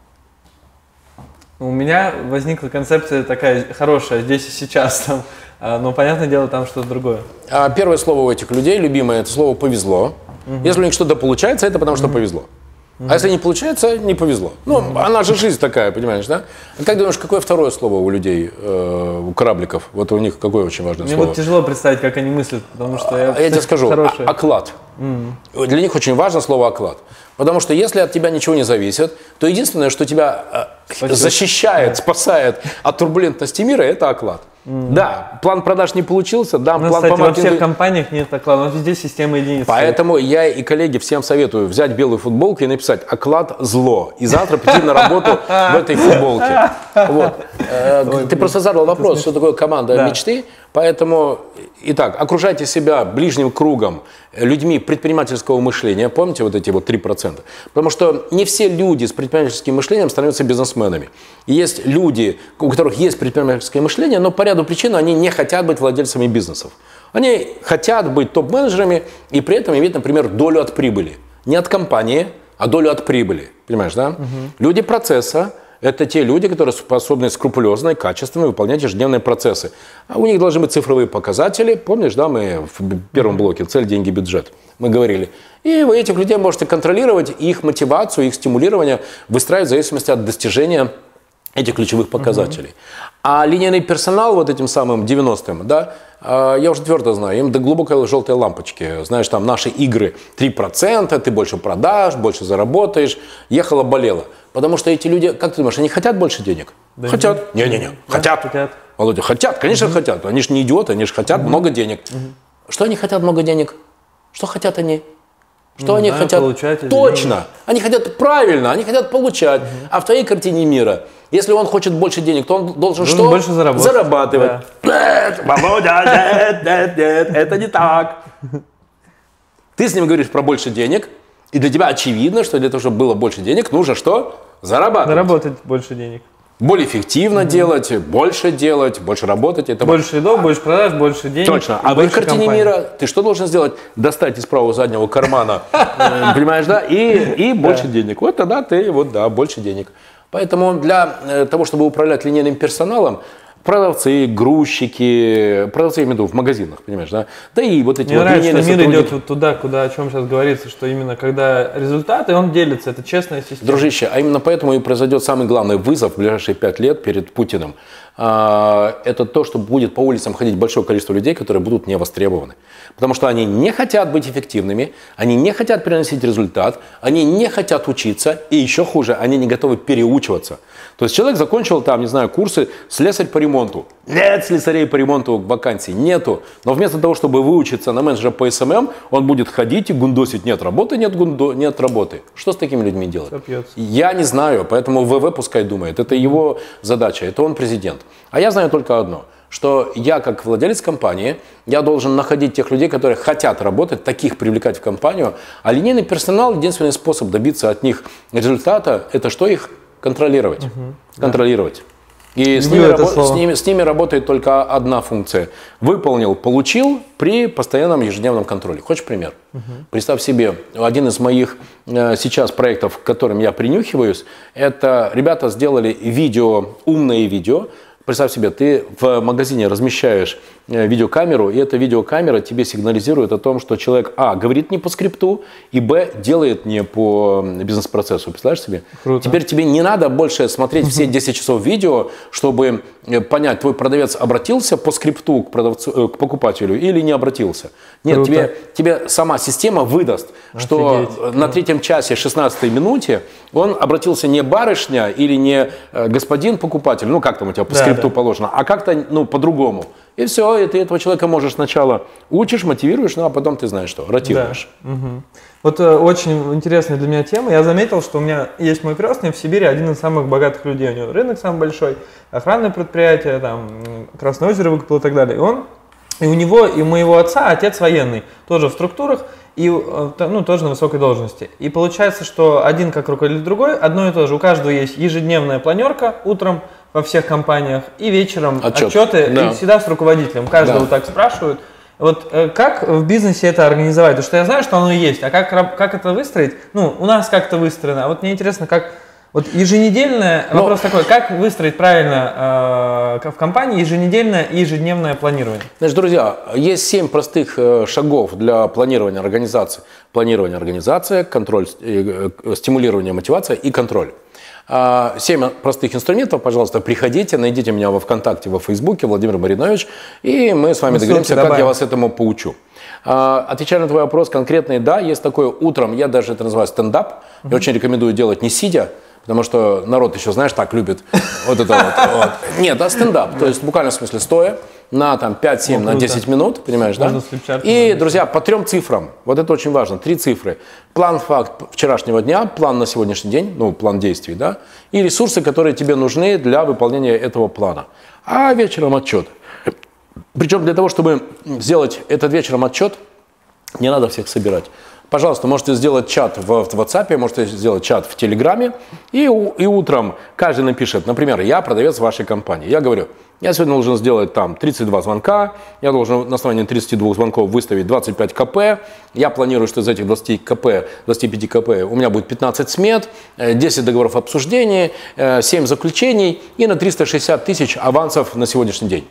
У меня возникла концепция такая хорошая, здесь и сейчас, там, но, понятное дело, там что-то другое. А первое слово у этих людей, любимое, это слово «повезло». Угу. Если у них что-то получается, это потому что угу. повезло. А если не получается, не повезло. Ну, mm-hmm. она же жизнь такая, понимаешь, да? А как думаешь, какое второе слово у людей, э, у корабликов? Вот у них какое очень важное Мне слово? Мне вот тяжело представить, как они мыслят, потому что я... А я тебе скажу, хорошие. оклад. Mm-hmm. Для них очень важно слово оклад. Потому что если от тебя ничего не зависит, то единственное, что тебя э, защищает, yeah. спасает от турбулентности мира, это оклад. Mm-hmm. Да, план продаж не получился, да, ну, план кстати, по маркетингу... во всех компаниях нет оклада, но везде система единиц. Поэтому я и коллеги всем советую взять белую футболку и написать «Оклад – зло». И завтра прийти на работу в этой футболке. Вот. Ты просто задал вопрос, что такое команда мечты. Поэтому, итак, окружайте себя ближним кругом людьми предпринимательского мышления. Помните вот эти вот три процента? Потому что не все люди с предпринимательским мышлением становятся бизнесменами. И есть люди, у которых есть предпринимательское мышление, но по ряду причин они не хотят быть владельцами бизнесов. Они хотят быть топ-менеджерами и при этом иметь, например, долю от прибыли. Не от компании, а долю от прибыли. Понимаешь, да? Угу. Люди процесса – это те люди, которые способны скрупулезно и качественно выполнять ежедневные процессы. А у них должны быть цифровые показатели. Помнишь, да, мы в первом блоке «Цель, деньги, бюджет» мы говорили. И вы этих людей можете контролировать, их мотивацию, их стимулирование выстраивать в зависимости от достижения этих ключевых показателей. Uh-huh. А линейный персонал вот этим самым девяностым, да, я уже твердо знаю, им до глубокой желтой лампочки. Знаешь, там наши игры три процента, ты больше продашь, больше заработаешь. Ехала-болела. Потому что эти люди, как ты думаешь, они хотят больше денег? Да хотят. Не-не-не, хотят. хотят. Володя, хотят, конечно, uh-huh. хотят. Они же не идиоты, они же хотят uh-huh. много денег. Uh-huh. Что они хотят много денег? Что хотят они? Что не они знаю, хотят? Получать, точно. Денег. Они хотят правильно, они хотят получать. Угу. А в твоей картине мира, если он хочет больше денег, то он должен, должен что? Больше заработать. Зарабатывать. Да. Нет, Володя, нет, нет, нет, это не так. Ты с ним говоришь про больше денег, и для тебя очевидно, что для того, чтобы было больше денег, нужно что? Зарабатывать. Заработать больше денег. Более эффективно mm-hmm. делать, больше делать, больше работать. Это больше едов, больше продаж, больше денег. Точно. А в их картине мира ты что должен сделать? Достать из правого заднего кармана, понимаешь, да? И, и больше денег. Вот тогда ты, вот да, больше денег. Поэтому для того, чтобы управлять линейным персоналом, продавцы, грузчики, продавцы, я имею в виду, в магазинах, понимаешь, да? Да и вот эти Мне вот нравится, что мир идет вот туда, куда, о чем сейчас говорится, что именно когда результаты, он делится, это честная система. Дружище, а именно поэтому и произойдет самый главный вызов в ближайшие пять лет перед Путиным. Это то, что будет по улицам ходить большое количество людей, которые будут не востребованы. Потому что они не хотят быть эффективными, они не хотят приносить результат, они не хотят учиться, и еще хуже, они не готовы переучиваться. То есть человек закончил там, не знаю, курсы слесарь по ремонту. Нет слесарей по ремонту вакансий, нету. Но вместо того, чтобы выучиться на менеджера по эс эм эм, он будет ходить и гундосить. Нет работы, нет, гундо, нет работы. Что с такими людьми делать? Я не знаю, поэтому ВВ пускай думает. Это его задача, это он президент. А я знаю только одно, что я как владелец компании, я должен находить тех людей, которые хотят работать, таких привлекать в компанию. А линейный персонал, единственный способ добиться от них результата, это что их контролировать. Угу, контролировать. Да. И с ними, рабо- с, ними, с ними работает только одна функция. Выполнил, получил при постоянном ежедневном контроле. Хочешь пример? Угу. Представь себе, один из моих э, сейчас проектов, к которым я принюхиваюсь, это ребята сделали видео, умное видео. Представь себе, ты в магазине размещаешь видеокамеру, и эта видеокамера тебе сигнализирует о том, что человек, а, говорит не по скрипту, и, б, делает не по бизнес-процессу. Представляешь себе? Круто. Теперь тебе не надо больше смотреть все десять часов видео, чтобы понять, твой продавец обратился по скрипту к, продавцу, к покупателю или не обратился. Нет, тебе, тебе сама система выдаст, что Офигеть. на третьем часе, шестнадцатой минуте он обратился не барышня или не господин покупатель, ну как там у тебя по да, скрипту да. положено, а как-то ну, по-другому. И все, и ты этого человека можешь сначала учишь, мотивируешь, ну а потом ты знаешь что, ротируешь. Да. Угу. Вот э, очень интересная для меня тема. Я заметил, что у меня есть мой крестный в Сибири, один из самых богатых людей. У него рынок самый большой, охранное предприятие, там, Красное озеро выкупил и так далее. И он, и у него, и у моего отца, отец военный, тоже в структурах, и ну, тоже на высокой должности. И получается, что один как руководитель другой, одно и то же. У каждого есть ежедневная планерка утром во всех компаниях и вечером Отчет. отчеты, да. и всегда с руководителем. Каждого да. так спрашивают. Вот э, как в бизнесе это организовать? Потому что я знаю, что оно есть, а как, как это выстроить? Ну, у нас как-то выстроено. А вот мне интересно, как вот еженедельное, Но... вопрос такой, как выстроить правильно э, в компании еженедельное и ежедневное планирование? Значит, друзья, есть семь простых шагов для планирования организации. Планирование организации, контроль, э, стимулирование, мотивация и контроль. Семь простых инструментов, пожалуйста, приходите, найдите меня во ВКонтакте, во Фейсбуке, Владимир Маринович, и мы с вами мы договоримся, как добавим. я вас этому поучу. Отвечая на твой вопрос, конкретный, да, есть такое утром, я даже это называю стендап, uh-huh. я очень рекомендую делать не сидя, потому что народ еще, знаешь, так любит вот это вот. вот. Нет, да, стендап, то есть буквально в смысле стоя на там пять-семь, на десять минут, понимаешь, да? И, друзья, по трем цифрам, вот это очень важно, три цифры. План факт вчерашнего дня, план на сегодняшний день, ну, план действий, да, и ресурсы, которые тебе нужны для выполнения этого плана. А вечером отчет. Причем для того, чтобы сделать этот вечером отчет, не надо всех собирать. Пожалуйста, можете сделать чат в, в WhatsApp, можете сделать чат в Телеграме, и, и утром каждый напишет, например, я продавец вашей компании. Я говорю, я сегодня должен сделать там тридцать два звонка, я должен на основании тридцати двух звонков выставить двадцать пять ка пэ, я планирую, что из этих двадцати ка пэ, двадцати пяти ка пэ у меня будет пятнадцать смет, десять договоров обсуждений, семь заключений и на триста шестьдесят тысяч авансов на сегодняшний день.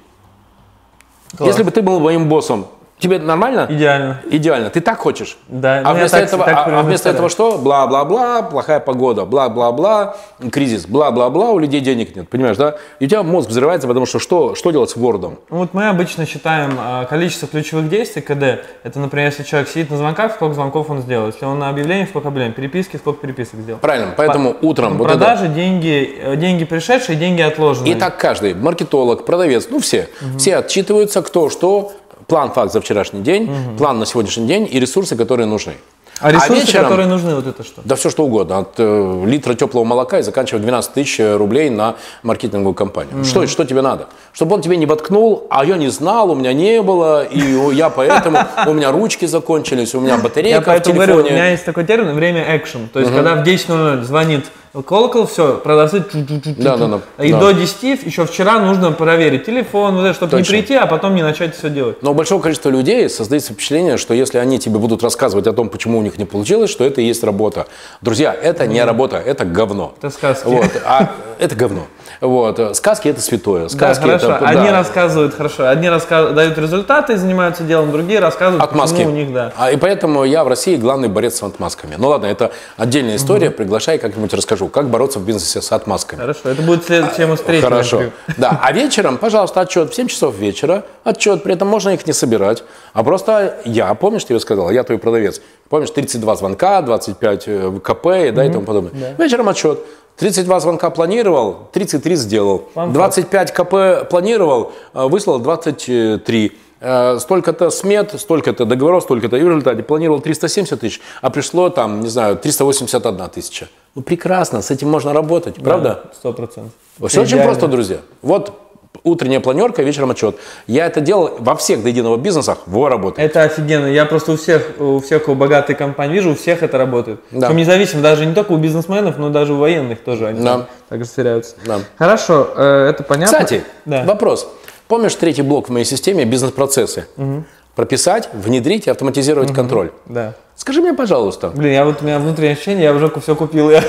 Класс. Если бы ты был моим боссом, тебе нормально? Идеально. Идеально. Ты так хочешь? Да. А вместо, так, этого, так а, а вместо этого что? Бла-бла-бла, плохая погода, бла-бла-бла, кризис, бла-бла-бла, у людей денег нет. Понимаешь, да? И у тебя мозг взрывается, потому что что, что делать с Word'ом? Вот мы обычно считаем количество ключевых действий, ка дэ. Это, например, если человек сидит на звонках, сколько звонков он сделал. Если он на объявлениях, сколько объявлений, переписки, сколько переписок сделал. Правильно, поэтому По, утром... Вот продажи, это... деньги, деньги пришедшие, деньги отложенные. И так каждый, маркетолог, продавец, ну все. Угу. Все отчитываются, кто что... План факт за вчерашний день, угу. план на сегодняшний день и ресурсы, которые нужны. А ресурсы, а вечером, которые нужны, вот это что? Да все что угодно. От э, литра теплого молока и заканчивая двенадцать тысяч рублей на маркетинговую компанию. Mm-hmm. Что, что тебе надо? Чтобы он тебе не воткнул, а я не знал, у меня не было, и я поэтому, у меня ручки закончились, у меня батарейка в телефоне. Я поэтому говорю, у меня есть такой термин, время экшен. То есть, когда в десять ноль ноль звонит колокол, все, продавцы, да, да, да, и да. до десяти еще вчера нужно проверить телефон, вот это, чтобы Точно. не прийти, а потом не начать все делать. Но у большого количества людей создается впечатление, что если они тебе будут рассказывать о том, почему у них не получилось, что это и есть работа. Друзья, это не работа, это говно. Это сказки. Вот, а это говно. Вот. Сказки это святое. Сказки да, хорошо. это, одни да. рассказывают хорошо, одни рассказ... дают результаты, занимаются делом, другие рассказывают, отмазки. почему у них, да. А, и поэтому я в России главный борец с отмазками. Ну ладно, это отдельная история, угу. приглашай, как-нибудь расскажу, как бороться в бизнесе с отмазками. Хорошо, это будет тема встречи. Хорошо, да. А вечером, пожалуйста, отчет в семь часов вечера, отчет, при этом можно их не собирать, а просто я, помнишь, тебе сказал, я твой продавец, помнишь, тридцать два звонка, двадцать пять ка пэ, да, угу. и тому подобное. Да. Вечером отчет. тридцать два звонка планировал, тридцать три сделал. двадцать пять ка пэ планировал, выслал двадцать три. Столько-то смет, столько-то договоров, столько-то. И в результате планировал триста семьдесят тысяч, а пришло там, не знаю, триста восемьдесят одна тысяча. Ну прекрасно, с этим можно работать, правда? Сто процентов. Все очень просто, друзья. Вот утренняя планерка, вечером отчет. Я это делал во всех до единого бизнесах, во работает. Это офигенно. Я просто у всех, у всех, у богатых компаний вижу, у всех это работает. Да. Причем независимо, даже не только у бизнесменов, но даже у военных тоже они да. так сверяются. Да. Хорошо, это понятно. Кстати, да. вопрос. Помнишь третий блок в моей системе бизнес-процессы? Угу. Прописать, внедрить и автоматизировать угу. контроль. Да. Скажи мне, пожалуйста. Блин, я вот у меня внутреннее ощущение, я уже все купил. Я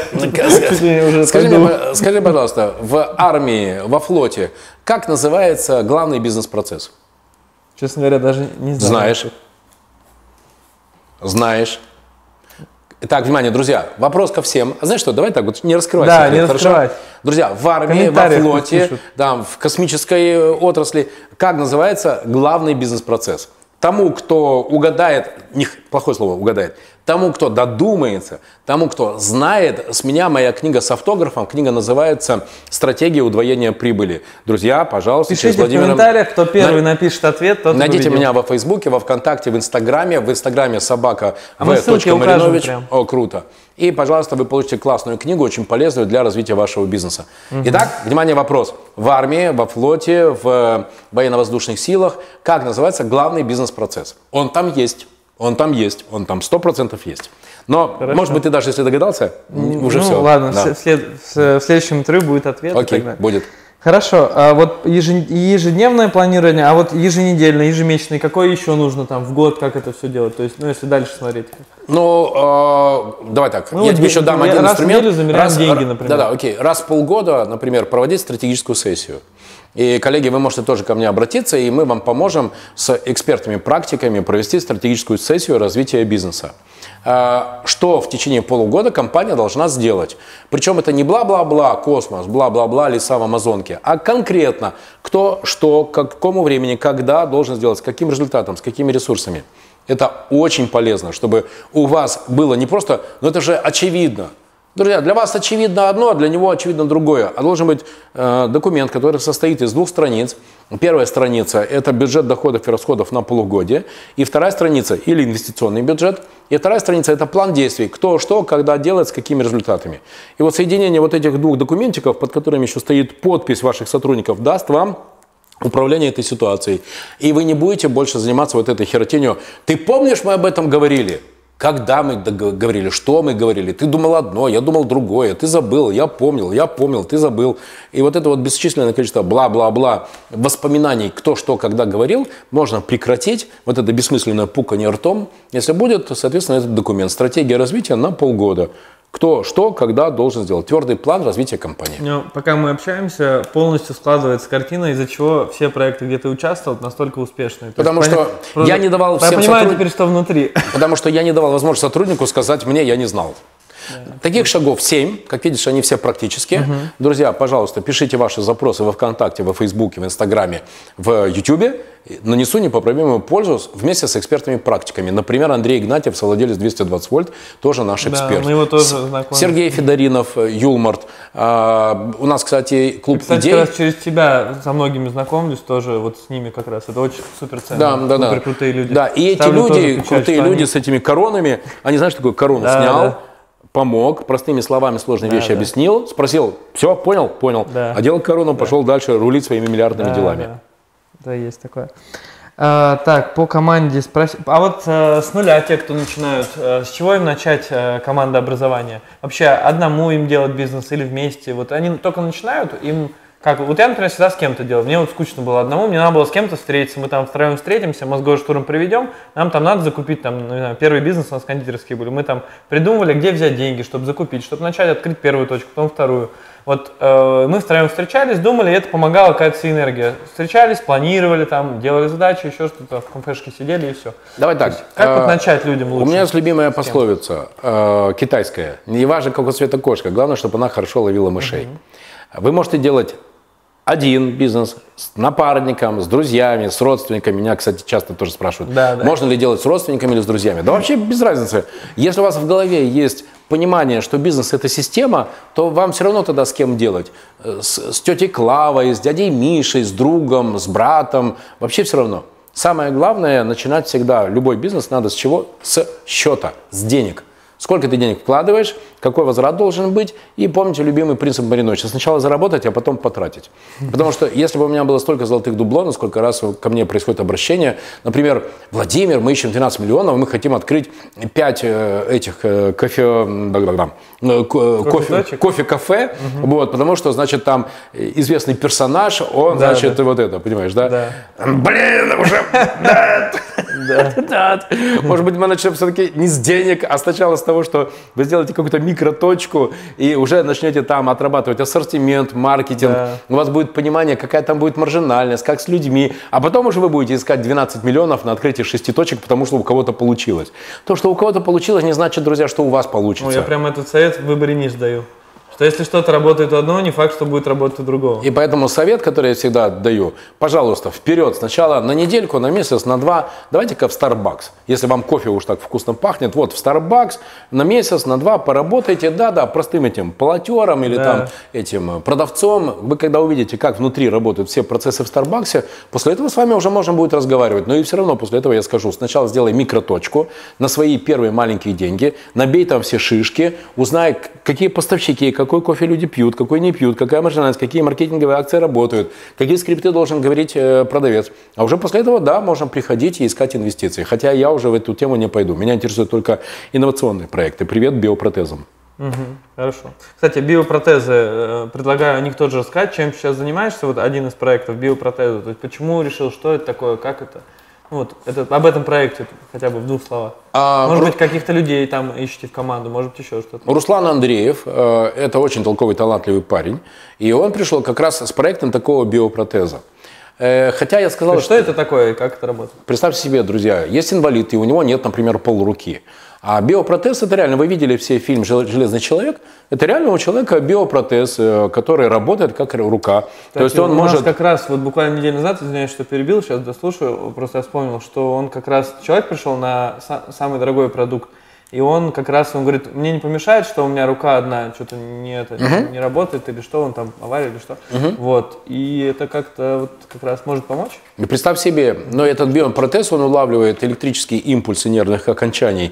скажи, мне, скажи, пожалуйста, в армии, во флоте, как называется главный бизнес-процесс? Честно говоря, даже не знаю. Знаешь. Знаешь. Итак, внимание, друзья, вопрос ко всем. А знаешь что, давай так вот не раскрывай. Да, не раскрывай. Друзья, в армии, во флоте, да, в космической отрасли, как называется главный бизнес-процесс? Тому, кто угадает, не, плохое слово, угадает, тому, кто додумается, тому, кто знает, с меня моя книга с автографом, книга называется «Стратегия удвоения прибыли». Друзья, пожалуйста, пишите в комментариях, кто первый на... напишет ответ, тот найдите победил. Меня во Фейсбуке, во Вконтакте, в Инстаграме, в Инстаграме собака а в. Маринович. О, круто. И, пожалуйста, вы получите классную книгу, очень полезную для развития вашего бизнеса. Угу. Итак, внимание, вопрос. В армии, во флоте, в военно-воздушных силах, как называется главный бизнес-процесс? Он там есть, он там есть, он там сто процентов есть. Но, Хорошо. может быть, ты даже если догадался, уже ну, все. Ладно, да. в, след... в следующем интервью будет ответ. Окей, будет. Хорошо, а вот ежедневное планирование, а вот еженедельное, ежемесячное, какое еще нужно там в год, как это все делать? То есть, ну, если дальше смотреть. Ну, э, давай так, ну, я тебе еще дам один раз инструмент. Раз в неделю замеряем деньги, например. Да-да, окей. Раз в полгода, например, проводить стратегическую сессию. И, коллеги, вы можете тоже ко мне обратиться, и мы вам поможем с экспертами, практиками провести стратегическую сессию развития бизнеса. Что в течение полугода компания должна сделать. Причем это не бла-бла-бла, космос, бла-бла-бла, леса в Амазонке, а конкретно кто, что, к какому времени, когда должен сделать, с каким результатом, с какими ресурсами. Это очень полезно, чтобы у вас было не просто, ну это же очевидно, Друзья, для вас очевидно одно, а для него очевидно другое. А должен быть э, документ, который состоит из двух страниц. Первая страница – это бюджет доходов и расходов на полугодие. И вторая страница – или инвестиционный бюджет. И вторая страница – это план действий. Кто, что, когда делать, с какими результатами. И вот соединение вот этих двух документиков, под которыми еще стоит подпись ваших сотрудников, даст вам управление этой ситуацией. И вы не будете больше заниматься вот этой херотенью. Ты помнишь, мы об этом говорили? Когда мы говорили, что мы говорили, ты думал одно, я думал другое, ты забыл, я помнил, я помнил, ты забыл. И вот это вот бесчисленное количество бла-бла-бла воспоминаний, кто что когда говорил, можно прекратить, вот это бессмысленное пуканье ртом, если будет, соответственно, этот документ, стратегия развития на полгода. Кто, что, когда должен сделать. Твердый план развития компании. Но пока мы общаемся, полностью складывается картина, из-за чего все проекты, где ты участвовал, настолько успешные. Потому есть, что понятно, я не давал всем Я понимаю сотруд... теперь, что внутри. Потому что я не давал возможность сотруднику сказать мне, я не знал. Да. Таких шагов семь, как видишь, они все практические. Угу. Друзья, пожалуйста, пишите ваши запросы во ВКонтакте, во Фейсбуке, в Инстаграме, в Ютубе. Нанесу непоправимую пользу вместе с экспертами-практиками. Например, Андрей Игнатьев, совладелец двести двадцать вольт, тоже наш эксперт. Да, мы его тоже знакомы. Сергей Федоринов, Юлмарт. А, у нас, кстати, клуб кстати, идей. Как раз через тебя со многими знакомлюсь тоже, вот с ними как раз. Это очень супер ценно. Да, да, супер да. крутые люди. Да, и Ставлю эти люди, крутые люди они... с этими коронами, они, знаешь, такую корону да, снял. Да. Помог, простыми словами сложные да, вещи да. объяснил, спросил, все, понял, понял, да. одел корону, да. пошел дальше рулить своими миллиардными да, делами. Да. да, есть такое. А, так, по команде спроси. А вот а, с нуля те, кто начинают, а, с чего им начать а, командообразование? Вообще одному им делать бизнес или вместе? Вот они только начинают, им как? Вот я, например, всегда с кем-то делал. Мне вот скучно было одному, мне надо было с кем-то встретиться. Мы там втроем встретимся, мозговой штурм проведем. Нам там надо закупить, там, не знаю, первый бизнес у нас кондитерские были. Мы там придумывали, где взять деньги, чтобы закупить, чтобы начать открыть первую точку, потом вторую. Вот э, мы втроем встречались, думали, и это помогало, какая-то синергия. Встречались, планировали, там, делали задачи, еще что-то, в кафешке сидели и все. Давай так. Как э, вот начать людям лучше? У меня есть любимая пословица, э, китайская. Не важно, какого цвета кошка, главное, чтобы она хорошо ловила мышей. Uh-huh. Вы можете делать один бизнес с напарником, с друзьями, с родственниками. Меня, кстати, часто тоже спрашивают, да, да. можно ли делать с родственниками или с друзьями. Да вообще без разницы. Если у вас в голове есть понимание, что бизнес – это система, то вам все равно тогда с кем делать. С, с тетей Клавой, с дядей Мишей, с другом, с братом. Вообще все равно. Самое главное – начинать всегда любой бизнес надо с чего? С счета, с денег. Сколько ты денег вкладываешь, какой возврат должен быть. И помните любимый принцип Мариновича. Сначала заработать, а потом потратить. Потому что если бы у меня было столько золотых дублонов, сколько раз ко мне происходит обращение, например, Владимир, мы ищем двенадцать миллионов, мы хотим открыть пять этих кофе, кофе, кофе-кафе, угу. вот, потому что, значит, там известный персонаж, он, да, значит, да. вот это, понимаешь, да? да. Блин, уже... Может быть, мы начнем все-таки не с денег, а сначала с того, что вы сделаете какую-то микроточку и уже начнете там отрабатывать ассортимент, маркетинг. Да. У вас будет понимание, какая там будет маржинальность, как с людьми. А потом уже вы будете искать двенадцать миллионов на открытие шести точек, потому что у кого-то получилось. То, что у кого-то получилось, не значит, друзья, что у вас получится. Ну, я прям этот совет в выборе ниш даю. Что если что-то работает у одного, не факт, что будет работать у другого. И поэтому совет, который я всегда даю, пожалуйста, вперед, сначала на недельку, на месяц, на два, давайте-ка в Starbucks. Если вам кофе уж так вкусно пахнет, вот в Starbucks на месяц, на два поработайте, да-да, простым этим полотером или да. там этим продавцом. Вы когда увидите, как внутри работают все процессы в Starbucks, после этого с вами уже можно будет разговаривать. Но и все равно после этого я скажу, сначала сделай микроточку на свои первые маленькие деньги, набей там все шишки, узнай, какие поставщики, какой кофе люди пьют, какой не пьют, какая маржинальность, какие маркетинговые акции работают, какие скрипты должен говорить э, продавец. А уже после этого, да, можно приходить и искать инвестиции. Хотя я уже в эту тему не пойду. Меня интересуют только инновационные проекты. Привет биопротезам. Угу, хорошо. Кстати, биопротезы, э, предлагаю о них тоже рассказать. Чем сейчас занимаешься? Вот один из проектов биопротезы. То есть почему решил, что это такое, как это? Вот, это, об этом проекте хотя бы в двух словах. А, может Ру... быть, каких-то людей там ищете в команду, может быть, еще что-то. Руслан Андреев, э, это очень толковый, талантливый парень. И он пришел как раз с проектом такого биопротеза. Э, хотя я сказал, что... Что это такое и как это работает? Представьте себе, друзья, есть инвалид, и у него нет, например, полруки. А биопротез – это реально, вы видели все фильм «Железный человек», это реально у человека биопротез, который работает как рука. Кстати, то есть он у может... нас как раз, вот буквально неделю назад, извиняюсь, что перебил, сейчас дослушаю, просто я вспомнил, что он как раз, человек пришел на самый дорогой продукт, И он как раз, он говорит, мне не помешает, что у меня рука одна что-то не, это, uh-huh. не работает, или что, он там, авария или что. Uh-huh. Вот. И это как-то вот как раз может помочь. И представь себе, но этот биопротез, он улавливает электрические импульсы нервных окончаний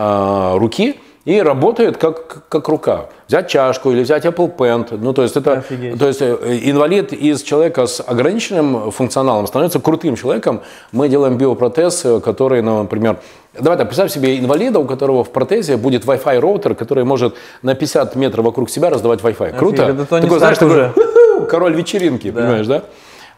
э, руки, и работает как, как рука. Взять чашку или взять Apple Pen. Ну, то есть, это, то есть инвалид из человека с ограниченным функционалом становится крутым человеком. Мы делаем биопротез, который, ну, например, давай так, представь себе инвалида, у которого в протезе будет Wi-Fi роутер, который может на пятьдесят метров вокруг себя раздавать Wi-Fi. Круто? Это такой, знаешь, уже. Такой, король вечеринки, да. Понимаешь, да?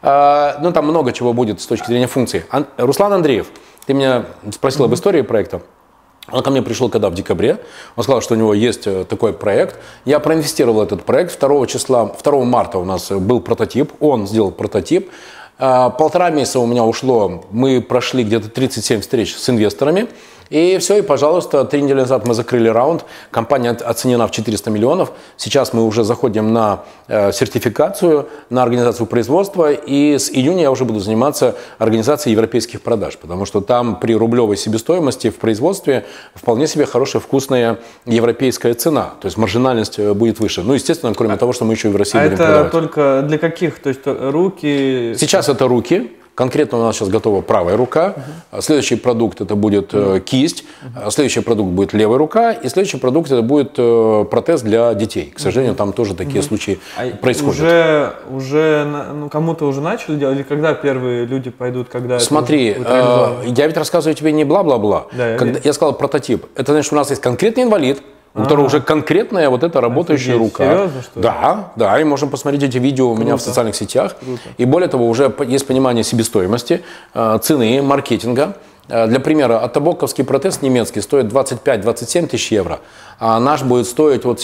А, ну, там много чего будет с точки зрения функций. Ан- Руслан Андреев, ты меня спросил mm-hmm. об истории проекта. Он ко мне пришел когда в декабре, он сказал, что у него есть такой проект. Я проинвестировал этот проект. второго числа, второго марта у нас был прототип, он сделал прототип. Полтора месяца у меня ушло, мы прошли где-то тридцать семь встреч с инвесторами. И все, и, пожалуйста, три недели назад мы закрыли раунд, компания оценена в четыреста миллионов, сейчас мы уже заходим на э, сертификацию, на организацию производства, и с июня я уже буду заниматься организацией европейских продаж, потому что там при рублевой себестоимости в производстве вполне себе хорошая, вкусная европейская цена, то есть маржинальность будет выше. Ну, естественно, кроме а, того, что мы еще и в России а будем это продавать. Только для каких? То есть руки? Сейчас это руки. Конкретно у нас сейчас готова правая рука, uh-huh. следующий продукт это будет uh-huh. кисть, uh-huh. следующий продукт будет левая рука, и следующий продукт это будет протез для детей. К сожалению, uh-huh. там тоже такие uh-huh. случаи а происходят. Уже, уже ну, кому-то уже начали делать, или когда первые люди пойдут, когда Смотри, это э, я ведь рассказываю тебе не бла-бла-бла. Да, я, когда, я сказал прототип. Это значит, у нас есть конкретный инвалид, у которого уже конкретная вот эта работающая Офигеть, рука. Серьезно, что ли? Да, да, и можем посмотреть эти видео Круто. У меня в социальных сетях. Круто. И более того, уже есть понимание себестоимости, цены, маркетинга. Для примера, отобоковский протез немецкий стоит двадцать пять - двадцать семь тысяч евро, а наш будет стоить от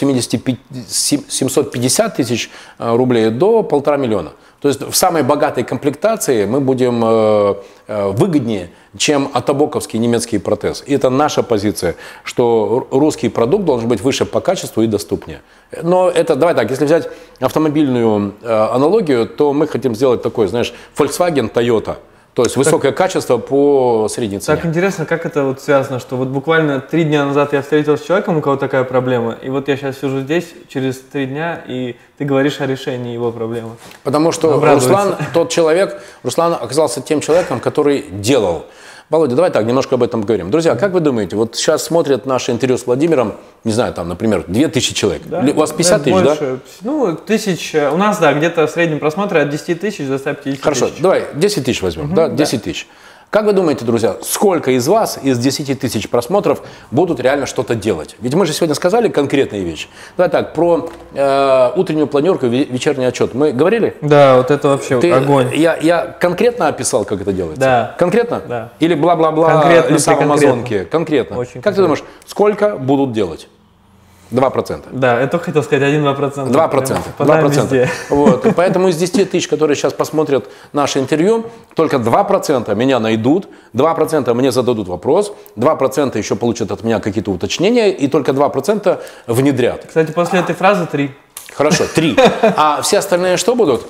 семьсот пятьдесят тысяч рублей до полтора миллиона. То есть в самой богатой комплектации мы будем э, э, выгоднее, чем отобоковский немецкий протез. И это наша позиция, что русский продукт должен быть выше по качеству и доступнее. Но это, давай так, если взять автомобильную э, аналогию, то мы хотим сделать такой, знаешь, Volkswagen, Toyota. То есть высокое так, качество по средней цене. Так интересно, как это вот связано, что вот буквально три дня назад я встретился с человеком, у кого такая проблема, и вот я сейчас сижу здесь через три дня, и ты говоришь о решении его проблемы. Потому что Руслан, тот человек, Руслан оказался тем человеком, который делал. Володя, давай так, немножко об этом поговорим. Друзья, как вы думаете, вот сейчас смотрят наше интервью с Владимиром, не знаю, там, например, две тысячи человек. Да, у вас пятьдесят да, тысяч, больше. Да? Ну, тысяч, у нас, да, где-то в среднем просмотры от десяти тысяч до ста пятидесяти Хорошо, тысяч. Давай, десять тысяч возьмем, угу, да, десять тысяч. Как вы думаете, друзья, сколько из вас из десяти тысяч просмотров будут реально что-то делать? Ведь мы же сегодня сказали конкретные вещи. Давай так, про э, утреннюю планерку, вечерний отчет. Мы говорили? Да, вот это вообще Ты, огонь. Я, я конкретно описал, как это делается? Да. Конкретно? Да. Или бла-бла-бла, леса в Амазонке? Конкретно. Очень как конкретно. Ты думаешь, сколько будут делать? два процента. Да, я только хотел сказать один-два процента. два процента. два процента. Вот. Поэтому из десяти тысяч, которые сейчас посмотрят наше интервью, только два процента меня найдут, два процента мне зададут вопрос, два процента еще получат от меня какие-то уточнения, и только два процента внедрят. Кстати, после этой фразы три. Хорошо, три. А все остальные что будут?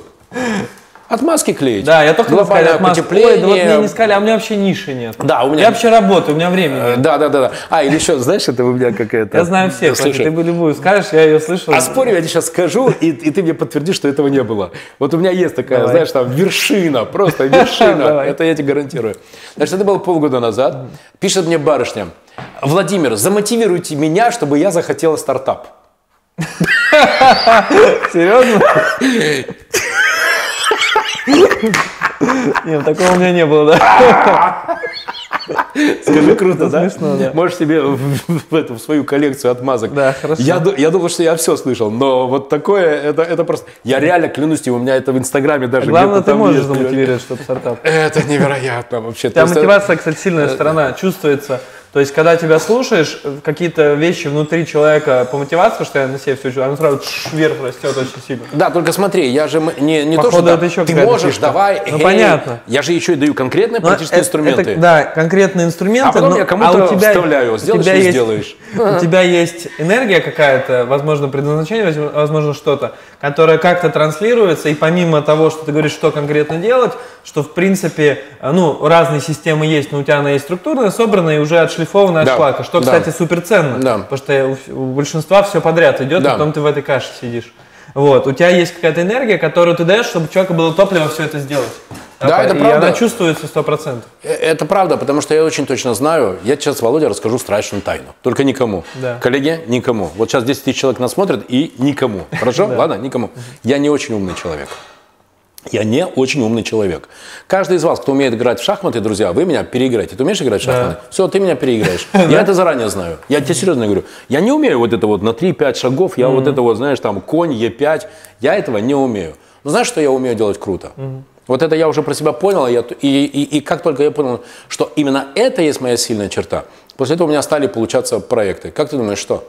Отмазки клеить. Да, я только хотел сказать отмазки. Потепление. Ой, да вот мне не сказали, а у меня вообще ниши нет. Да, у меня... Я вообще работаю, у меня времени. Да, да, да, да. А, или еще, знаешь, это у меня какая-то... Я знаю всех, ты бы любую скажешь, я ее слышал. А спорю, я тебе сейчас скажу, и, и ты мне подтвердишь, что этого не было. Вот у меня есть такая, Давай. знаешь, там вершина, просто вершина. Это я тебе гарантирую. Значит, это было полгода назад. Пишет мне барышня: Владимир, замотивируйте меня, чтобы я захотела стартап. Серьезно? Нет, такого у меня не было, да. Скажи, круто, да? Смешно, да? Можешь себе в, в, эту, в свою коллекцию отмазок. Да, хорошо. Я, я думал, что я все слышал, но вот такое, это, это просто... Я реально клянусь тебе, у меня это в Инстаграме даже а главное, где-то ты можешь есть, замотивировать, чтобы стартап. Это невероятно вообще. У тебя мотивация, кстати, сильная сторона чувствуется. То есть, когда тебя слушаешь, какие-то вещи внутри человека по мотивации, что я на себе все чувствую, оно сразу вверх растет очень сильно. Да, только смотри, я же не, не то, что это еще ты можешь, фишка. Давай, ну, эй, понятно. Я же еще и даю конкретные но практические это, инструменты. Это, да, конкретные инструменты. А потом но, я кому-то а у тебя, вставляю, сделаешь и есть, сделаешь. У тебя есть энергия какая-то, возможно, предназначение, возможно, что-то, которое как-то транслируется, и помимо того, что ты говоришь, что конкретно делать, что, в принципе, ну, разные системы есть, но у тебя она есть структурная, собранная и уже отшлифованная. отшлифованная Да. шпака, что, Да. кстати, супер ценно, Да. потому что у, у большинства все подряд идет, Да. и потом ты в этой каше сидишь. Вот. У тебя есть какая-то энергия, которую ты даешь, чтобы у человека было топливо все это сделать. Да, А, это и правда. она чувствуется сто процентов. Э, Это правда, потому что я очень точно знаю, я сейчас, Володя, расскажу страшную тайну. Только никому. Да. Коллеги, никому. Вот сейчас десять тысяч человек нас смотрят, и никому. Хорошо? Ладно, никому. Я не очень умный человек. Я не очень умный человек. Каждый из вас, кто умеет играть в шахматы, друзья, вы меня переиграете. Ты умеешь играть в шахматы? Все, ты меня переиграешь. Я это заранее знаю. Я тебе серьезно говорю. Я не умею вот это вот на три-пять шагов. Я вот это вот, знаешь, там, конь, е пять. Я этого не умею. Но знаешь, что я умею делать круто? Вот это я уже про себя понял. Я, и, и, и как только я понял, что именно это есть моя сильная черта, после этого у меня стали получаться проекты. Как ты думаешь, что?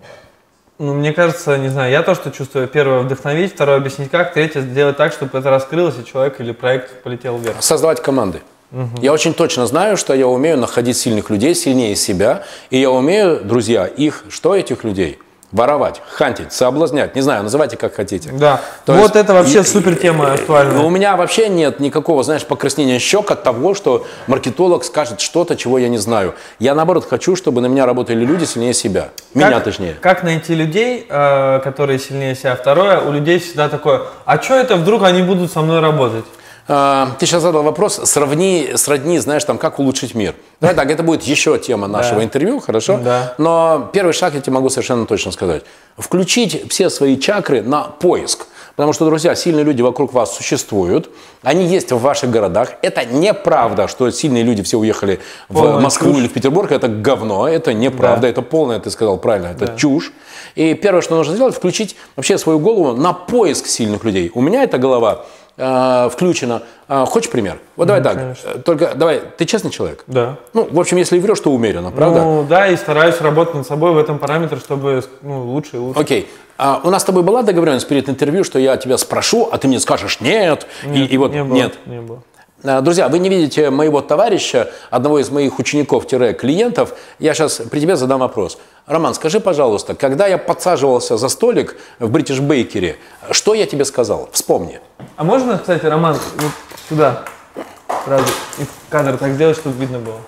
Ну, мне кажется, не знаю, я то, что чувствую. Первое — вдохновить, второе — объяснить как, третье — сделать так, чтобы это раскрылось, и человек или проект полетел вверх. Создавать команды. Угу. Я очень точно знаю, что я умею находить сильных людей, сильнее себя, и я умею, друзья, их, что этих людей? Воровать, хантить, соблазнять, не знаю, называйте как хотите. Да, То вот есть, это вообще и, супер тема актуальная. У меня вообще нет никакого, знаешь, покраснения щек от того, что маркетолог скажет что-то, чего я не знаю. Я, наоборот, хочу, чтобы на меня работали люди сильнее себя. Меня как, точнее. Как найти людей, э, которые сильнее себя? Второе, у людей всегда такое, а что это вдруг они будут со мной работать? Ты сейчас задал вопрос, сравни, сродни, знаешь, там, как улучшить мир. Давай так, это будет еще тема нашего да. интервью, хорошо? Да. Но первый шаг я тебе могу совершенно точно сказать. Включить все свои чакры на поиск. Потому что, друзья, сильные люди вокруг вас существуют, они есть в ваших городах. Это неправда, что сильные люди все уехали полная в Москву чушь. Или в Петербург. Это говно, это неправда, да. Это полное, ты сказал правильно, это да. чушь. И первое, что нужно сделать, включить вообще свою голову на поиск сильных людей. У меня эта голова э, включена. Э, хочешь пример? Вот давай mm, так, конечно. Только давай, ты честный человек? Да. Ну, в общем, если врешь, то умеренно, правда? Ну, да, и стараюсь работать над собой в этом параметре, чтобы ну, лучше и лучше. Окей. А у нас с тобой была договоренность перед интервью, что я тебя спрошу, а ты мне скажешь нет. Нет, и, и вот не было, нет. Не было. Друзья, вы не видите моего товарища, одного из моих учеников-клиентов. Я сейчас при тебе задам вопрос. Роман, скажи, пожалуйста, когда я подсаживался за столик в British Bakery, что я тебе сказал? Вспомни. А можно, кстати, Роман, вот сюда сразу и кадр так сделать, чтобы видно было?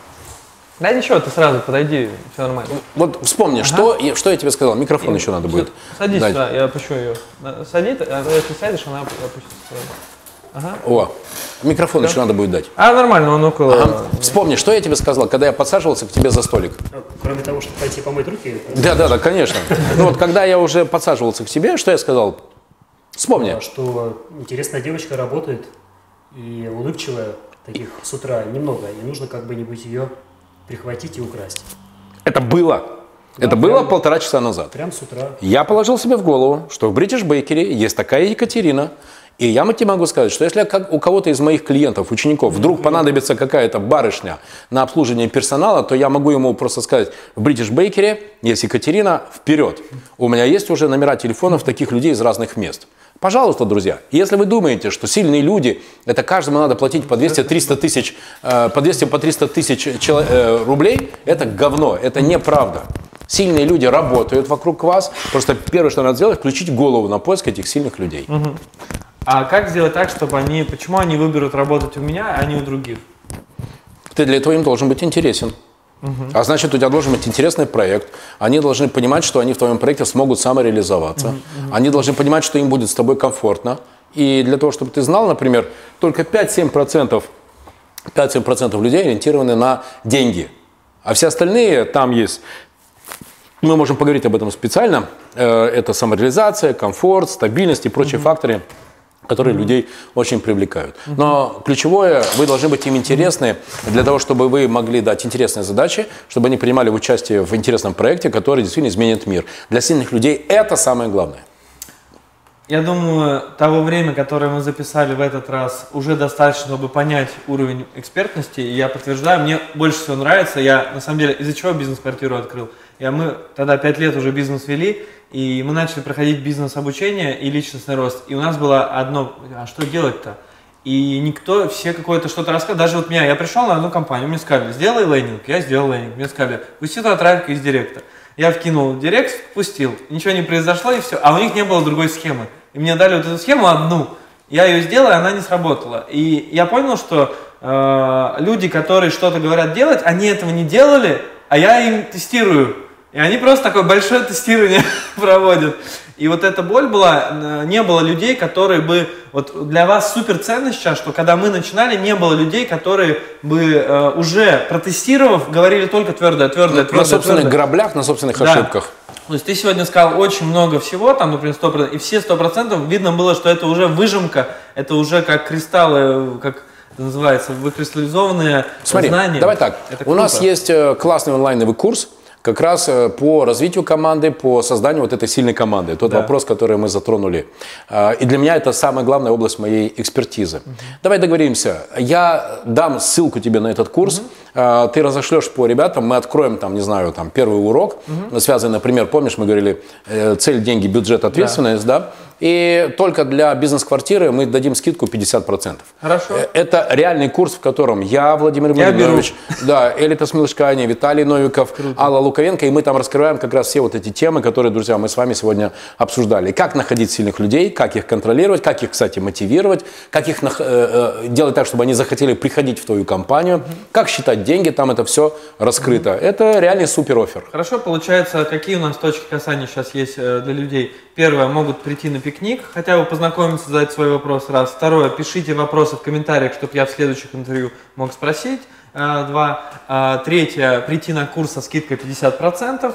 Да ничего, ты сразу подойди, все нормально. Вот вспомни, ага. что, что я тебе сказал. Микрофон и, еще надо будет. Садись дать. сюда, я опущу ее. Садись, а если сядешь, она опустится сразу. Ага. О, микрофон да. еще надо будет дать. А, нормально, он около. Ага. Вспомни, что я тебе сказал, когда я подсаживался к тебе за столик. Кроме того, чтобы пойти помыть руки? Да, да, да, конечно. Ну вот, когда я уже подсаживался к тебе, что я сказал? Вспомни. Что интересная девочка работает и улыбчивая, таких с утра немного, и нужно как бы нибудь ее прихватить и украсть. Это было. Да, Это прям, было полтора часа назад. Прям с утра. Я положил себе в голову, что в British Bakery есть такая Екатерина. И я тебе могу сказать, что если у кого-то из моих клиентов, учеников, вдруг понадобится какая-то барышня на обслуживание персонала, то я могу ему просто сказать, в British Bakery есть Екатерина, вперед. У меня есть уже номера телефонов таких людей из разных мест. Пожалуйста, друзья, если вы думаете, что сильные люди, это каждому надо платить по двести-триста тысяч, по двести-триста тысяч рублей, это говно, это неправда. Сильные люди работают вокруг вас, просто первое, что надо сделать, включить голову на поиск этих сильных людей. Угу. А как сделать так, чтобы они, почему они выберут работать у меня, а не у других? Ты для этого им должен быть интересен. Угу. А значит, у тебя должен быть интересный проект. Они должны понимать, что они в твоем проекте смогут самореализоваться. Угу, угу. Они должны понимать, что им будет с тобой комфортно. И для того, чтобы ты знал, например, только пять-семь процентов, пять-семь процентов людей ориентированы на деньги. А все остальные, там есть, мы можем поговорить об этом специально, это самореализация, комфорт, стабильность и прочие угу. факторы, которые mm-hmm. людей очень привлекают. Mm-hmm. Но ключевое, вы должны быть им интересны для того, чтобы вы могли дать интересные задачи, чтобы они принимали участие в интересном проекте, который действительно изменит мир. Для сильных людей это самое главное. Я думаю, того времени, которое мы записали в этот раз, уже достаточно, чтобы понять уровень экспертности. И я подтверждаю, мне больше всего нравится. Я, на самом деле, из-за чего бизнес-квартиру открыл? Я, мы тогда пять лет уже бизнес вели, и мы начали проходить бизнес-обучение и личностный рост. И у нас было одно, а что делать-то? И никто, все какое-то что-то рассказывали. Даже вот меня, я пришел на одну компанию, мне сказали, сделай лендинг, я сделал лендинг. Мне сказали, пусти туда трафик из директа. Я вкинул в директ, пустил, ничего не произошло и все. А у них не было другой схемы. И мне дали вот эту схему одну. Я ее сделал, и она не сработала. И я понял, что э, люди, которые что-то говорят делать, они этого не делали, а я им тестирую. И они просто такое большое тестирование проводят. И вот эта боль была, не было людей, которые бы, вот для вас супер ценно сейчас, что когда мы начинали, не было людей, которые бы э, уже протестировав, говорили только твердое, твердое, твердое. На собственных твердое. граблях, на собственных Да. ошибках. То есть ты сегодня сказал очень много всего, там, например, сто процентов, и все сто процентов видно было, что это уже выжимка, это уже как кристаллы, как это называется, выкристаллизованные Смотри, знания. давай так, Это у круто. нас есть э, классный онлайновый курс, как раз э, по развитию команды, по созданию вот этой сильной команды. Тот Да. вопрос, который мы затронули. Э, И для меня это самая главная область моей экспертизы. Угу. Давай договоримся. Я дам ссылку тебе на этот курс. Угу. Э, Ты разошлешь по ребятам, мы откроем там, не знаю, там первый урок, угу. связанный, например, помнишь, мы говорили, э, цель, деньги, бюджет, ответственность, да? да? И только для бизнес-квартиры мы дадим скидку пятьдесят процентов. Хорошо. Это реальный курс, в котором я, Владимир Маринович, да, Элита Смилышкани, Виталий Новиков, Круто. Алла Луковенко, и мы там раскрываем как раз все вот эти темы, которые, друзья, мы с вами сегодня обсуждали. Как находить сильных людей, как их контролировать, как их, кстати, мотивировать, как их э, э, делать так, чтобы они захотели приходить в твою компанию, mm-hmm. как считать деньги, там это все раскрыто. Mm-hmm. Это реальный супер-оффер. Хорошо, получается, какие у нас точки касания сейчас есть э, для людей? Первое, могут прийти на пикник, хотя бы познакомиться, задать свой вопрос, раз. Второе, пишите вопросы в комментариях, чтобы я в следующих интервью мог спросить. Два. Третье, прийти на курс со скидкой пятьдесят процентов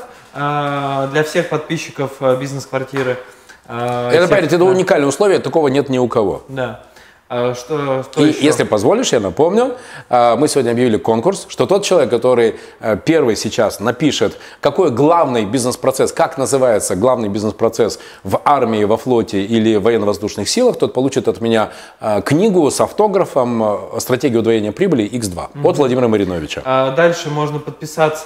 для всех подписчиков бизнес-квартиры. Это, поверьте, это уникальное условие, такого нет ни у кого. Да. Что, что И еще? если позволишь, я напомню, мы сегодня объявили конкурс, что тот человек, который первый сейчас напишет, какой главный бизнес-процесс, как называется главный бизнес-процесс в армии, во флоте или в военно-воздушных силах, тот получит от меня книгу с автографом «Стратегия удвоения прибыли икс два» mm-hmm. от Владимира Мариновича. Дальше можно подписаться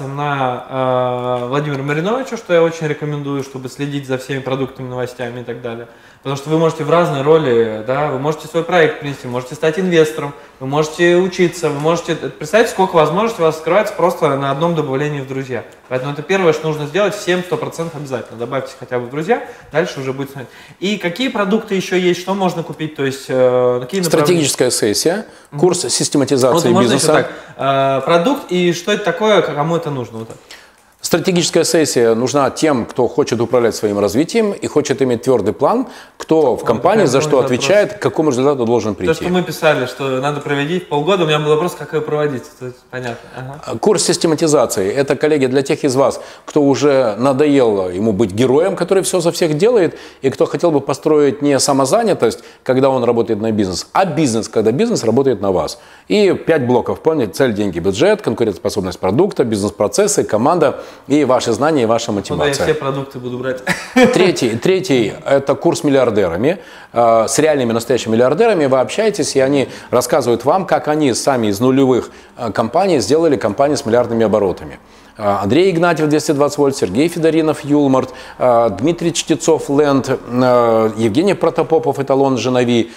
на Владимира Мариновича, что я очень рекомендую, чтобы следить за всеми продуктами, новостями и так далее. Потому что вы можете в разной роли, да, вы можете свой проект принести, можете стать инвестором, вы можете учиться, вы можете... Представьте, сколько возможностей у вас открывается просто на одном добавлении в друзья. Поэтому это первое, что нужно сделать, всем сто процентов обязательно. Добавьте хотя бы в друзья, дальше уже будет смотреть. И какие продукты еще есть, что можно купить, то есть... Э, какие Стратегическая сессия, курс mm-hmm. систематизации вот, бизнеса. Так, э, продукт и что это такое, кому это нужно? Вот так. Стратегическая сессия нужна тем, кто хочет управлять своим развитием и хочет иметь твердый план, кто в компании за что отвечает, к какому результату должен прийти. То, что мы писали, что надо проводить полгода, у меня был вопрос, как ее проводить. То есть, понятно. Ага. Курс систематизации – это, коллеги, для тех из вас, кто уже надоело ему быть героем, который все за всех делает, и кто хотел бы построить не самозанятость, когда он работает на бизнес, а бизнес, когда бизнес работает на вас. И пять блоков, помните, цель, деньги, бюджет, конкурентоспособность продукта, бизнес-процессы, команда и ваши знания, и ваша мотивация. Ну, да, я все продукты буду брать. Третий, третий – это курс с миллиардерами, э, с реальными настоящими миллиардерами. Вы общаетесь, и они рассказывают вам, как они сами из нулевых э, компаний сделали компании с миллиардными оборотами. Андрей Игнатьев, двести двадцать вольт, Сергей Федоринов, Юлмарт, Дмитрий Чтецов, Ленд, Евгений Протопопов, Эталон, Женови,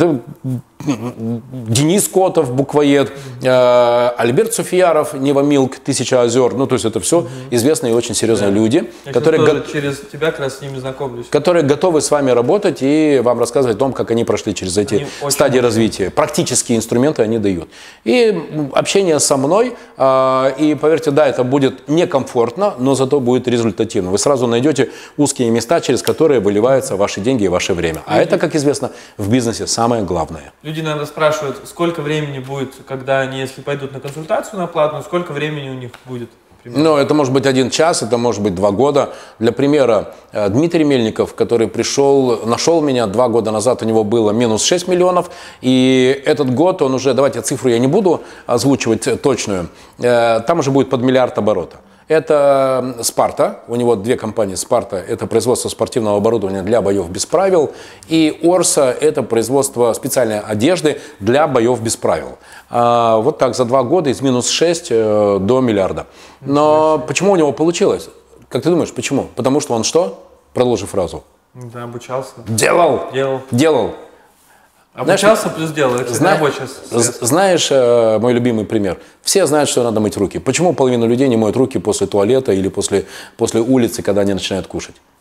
Денис Котов, Буквоед, Альберт Суфияров, Нева Милк, Тысяча озер. Ну, то есть это все угу. известные и очень серьезные да. люди, Я которые, го- через тебя как раз с ними знакомлюсь. которые готовы с вами работать и вам рассказывать о том, как они прошли через эти они стадии развития. Практические инструменты они дают. И общение со мной, и поверьте, да, это будет некомфортно, но зато будет результативно. Вы сразу найдете узкие места, через которые выливаются ваши деньги и ваше время. А это, как известно, в бизнесе самое главное. Люди иногда спрашивают, сколько времени будет, когда они, если пойдут на консультацию на платную, сколько времени у них будет? Ну, это может быть один час, это может быть два года. Для примера, Дмитрий Мельников, который пришел, нашел меня два года назад, у него было минус шесть миллионов. И этот год он уже, давайте цифру я не буду озвучивать точную, там уже будет под миллиард оборота. Это «Спарта», у него две компании. «Спарта» – это производство спортивного оборудования для боев без правил, и «Орса» – это производство специальной одежды для боев без правил. А, вот так за два года из минус шесть до миллиарда. Но почему у него получилось? Как ты думаешь, почему? Потому что он что? Продолжи фразу. Да, обучался. Делал. Делал. Делал. Обучался, знаешь, плюс делал. Это зна- рабочее средство. Знаешь, э, мой любимый пример. Все знают, что надо мыть руки. Почему половина людей не моют руки после туалета или после, после улицы, когда они начинают кушать?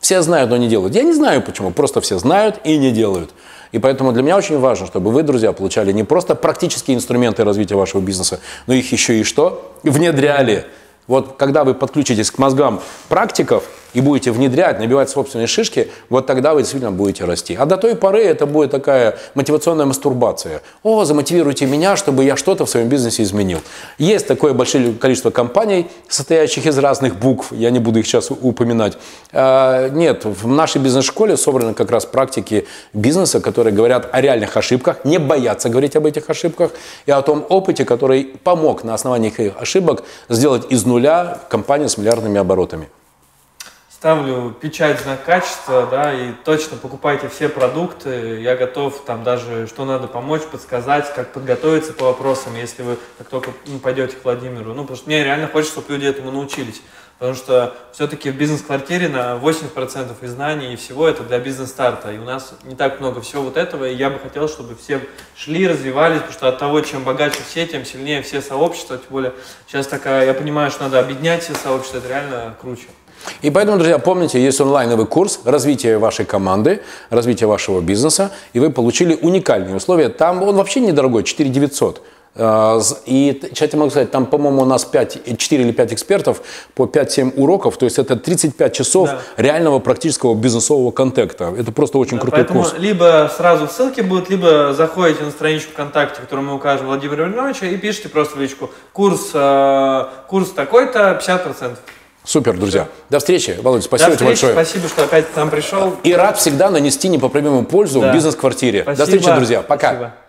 Все знают, но не делают. Я не знаю почему, просто все знают и не делают. И поэтому для меня очень важно, чтобы вы, друзья, получали не просто практические инструменты развития вашего бизнеса, но их еще и что? Внедряли. Вот когда вы подключитесь к мозгам практиков и будете внедрять, набивать собственные шишки, вот тогда вы действительно будете расти. А до той поры это будет такая мотивационная мастурбация. О, замотивируйте меня, чтобы я что-то в своем бизнесе изменил. Есть такое большое количество компаний, состоящих из разных букв, я не буду их сейчас упоминать. А, нет, в нашей бизнес-школе собраны как раз практики бизнеса, которые говорят о реальных ошибках, не боятся говорить об этих ошибках и о том опыте, который помог на основании их ошибок сделать из нуля компанию с миллиардными оборотами. Ставлю печать, знак качества, да, и точно покупайте все продукты. Я готов там даже, что надо помочь, подсказать, как подготовиться по вопросам, если вы как только ну, пойдете к Владимиру. Ну, потому что мне реально хочется, чтобы люди этому научились. Потому что все-таки в бизнес-квартире на восемьдесят процентов из знаний и всего это для бизнес-старта. И у нас не так много всего вот этого, и я бы хотел, чтобы все шли, развивались, потому что от того, чем богаче все, тем сильнее все сообщества. Тем более сейчас такая, я понимаю, что надо объединять все сообщества, это реально круче. И поэтому, друзья, помните, есть онлайновый курс развития вашей команды, развития вашего бизнеса, и вы получили уникальные условия. Там он вообще недорогой, четыре тысячи девятьсот. И сейчас я могу сказать, там, по-моему, у нас пять, четыре или пять экспертов по пять-семь уроков, то есть это тридцать пять часов да. реального практического бизнесового контекста. Это просто очень да, крутой поэтому курс. Либо сразу ссылки будут, либо заходите на страничку ВКонтакте, которую мы укажем Владимира Виновича, и пишите просто в личку курс, курс такой-то, пятьдесят процентов. Супер, друзья. До встречи. Володя, спасибо До тебе большое. Спасибо, что опять к нам пришел. И рад всегда нанести непоправимую пользу да. в бизнес-квартире. Спасибо. До встречи, друзья. Пока. Спасибо.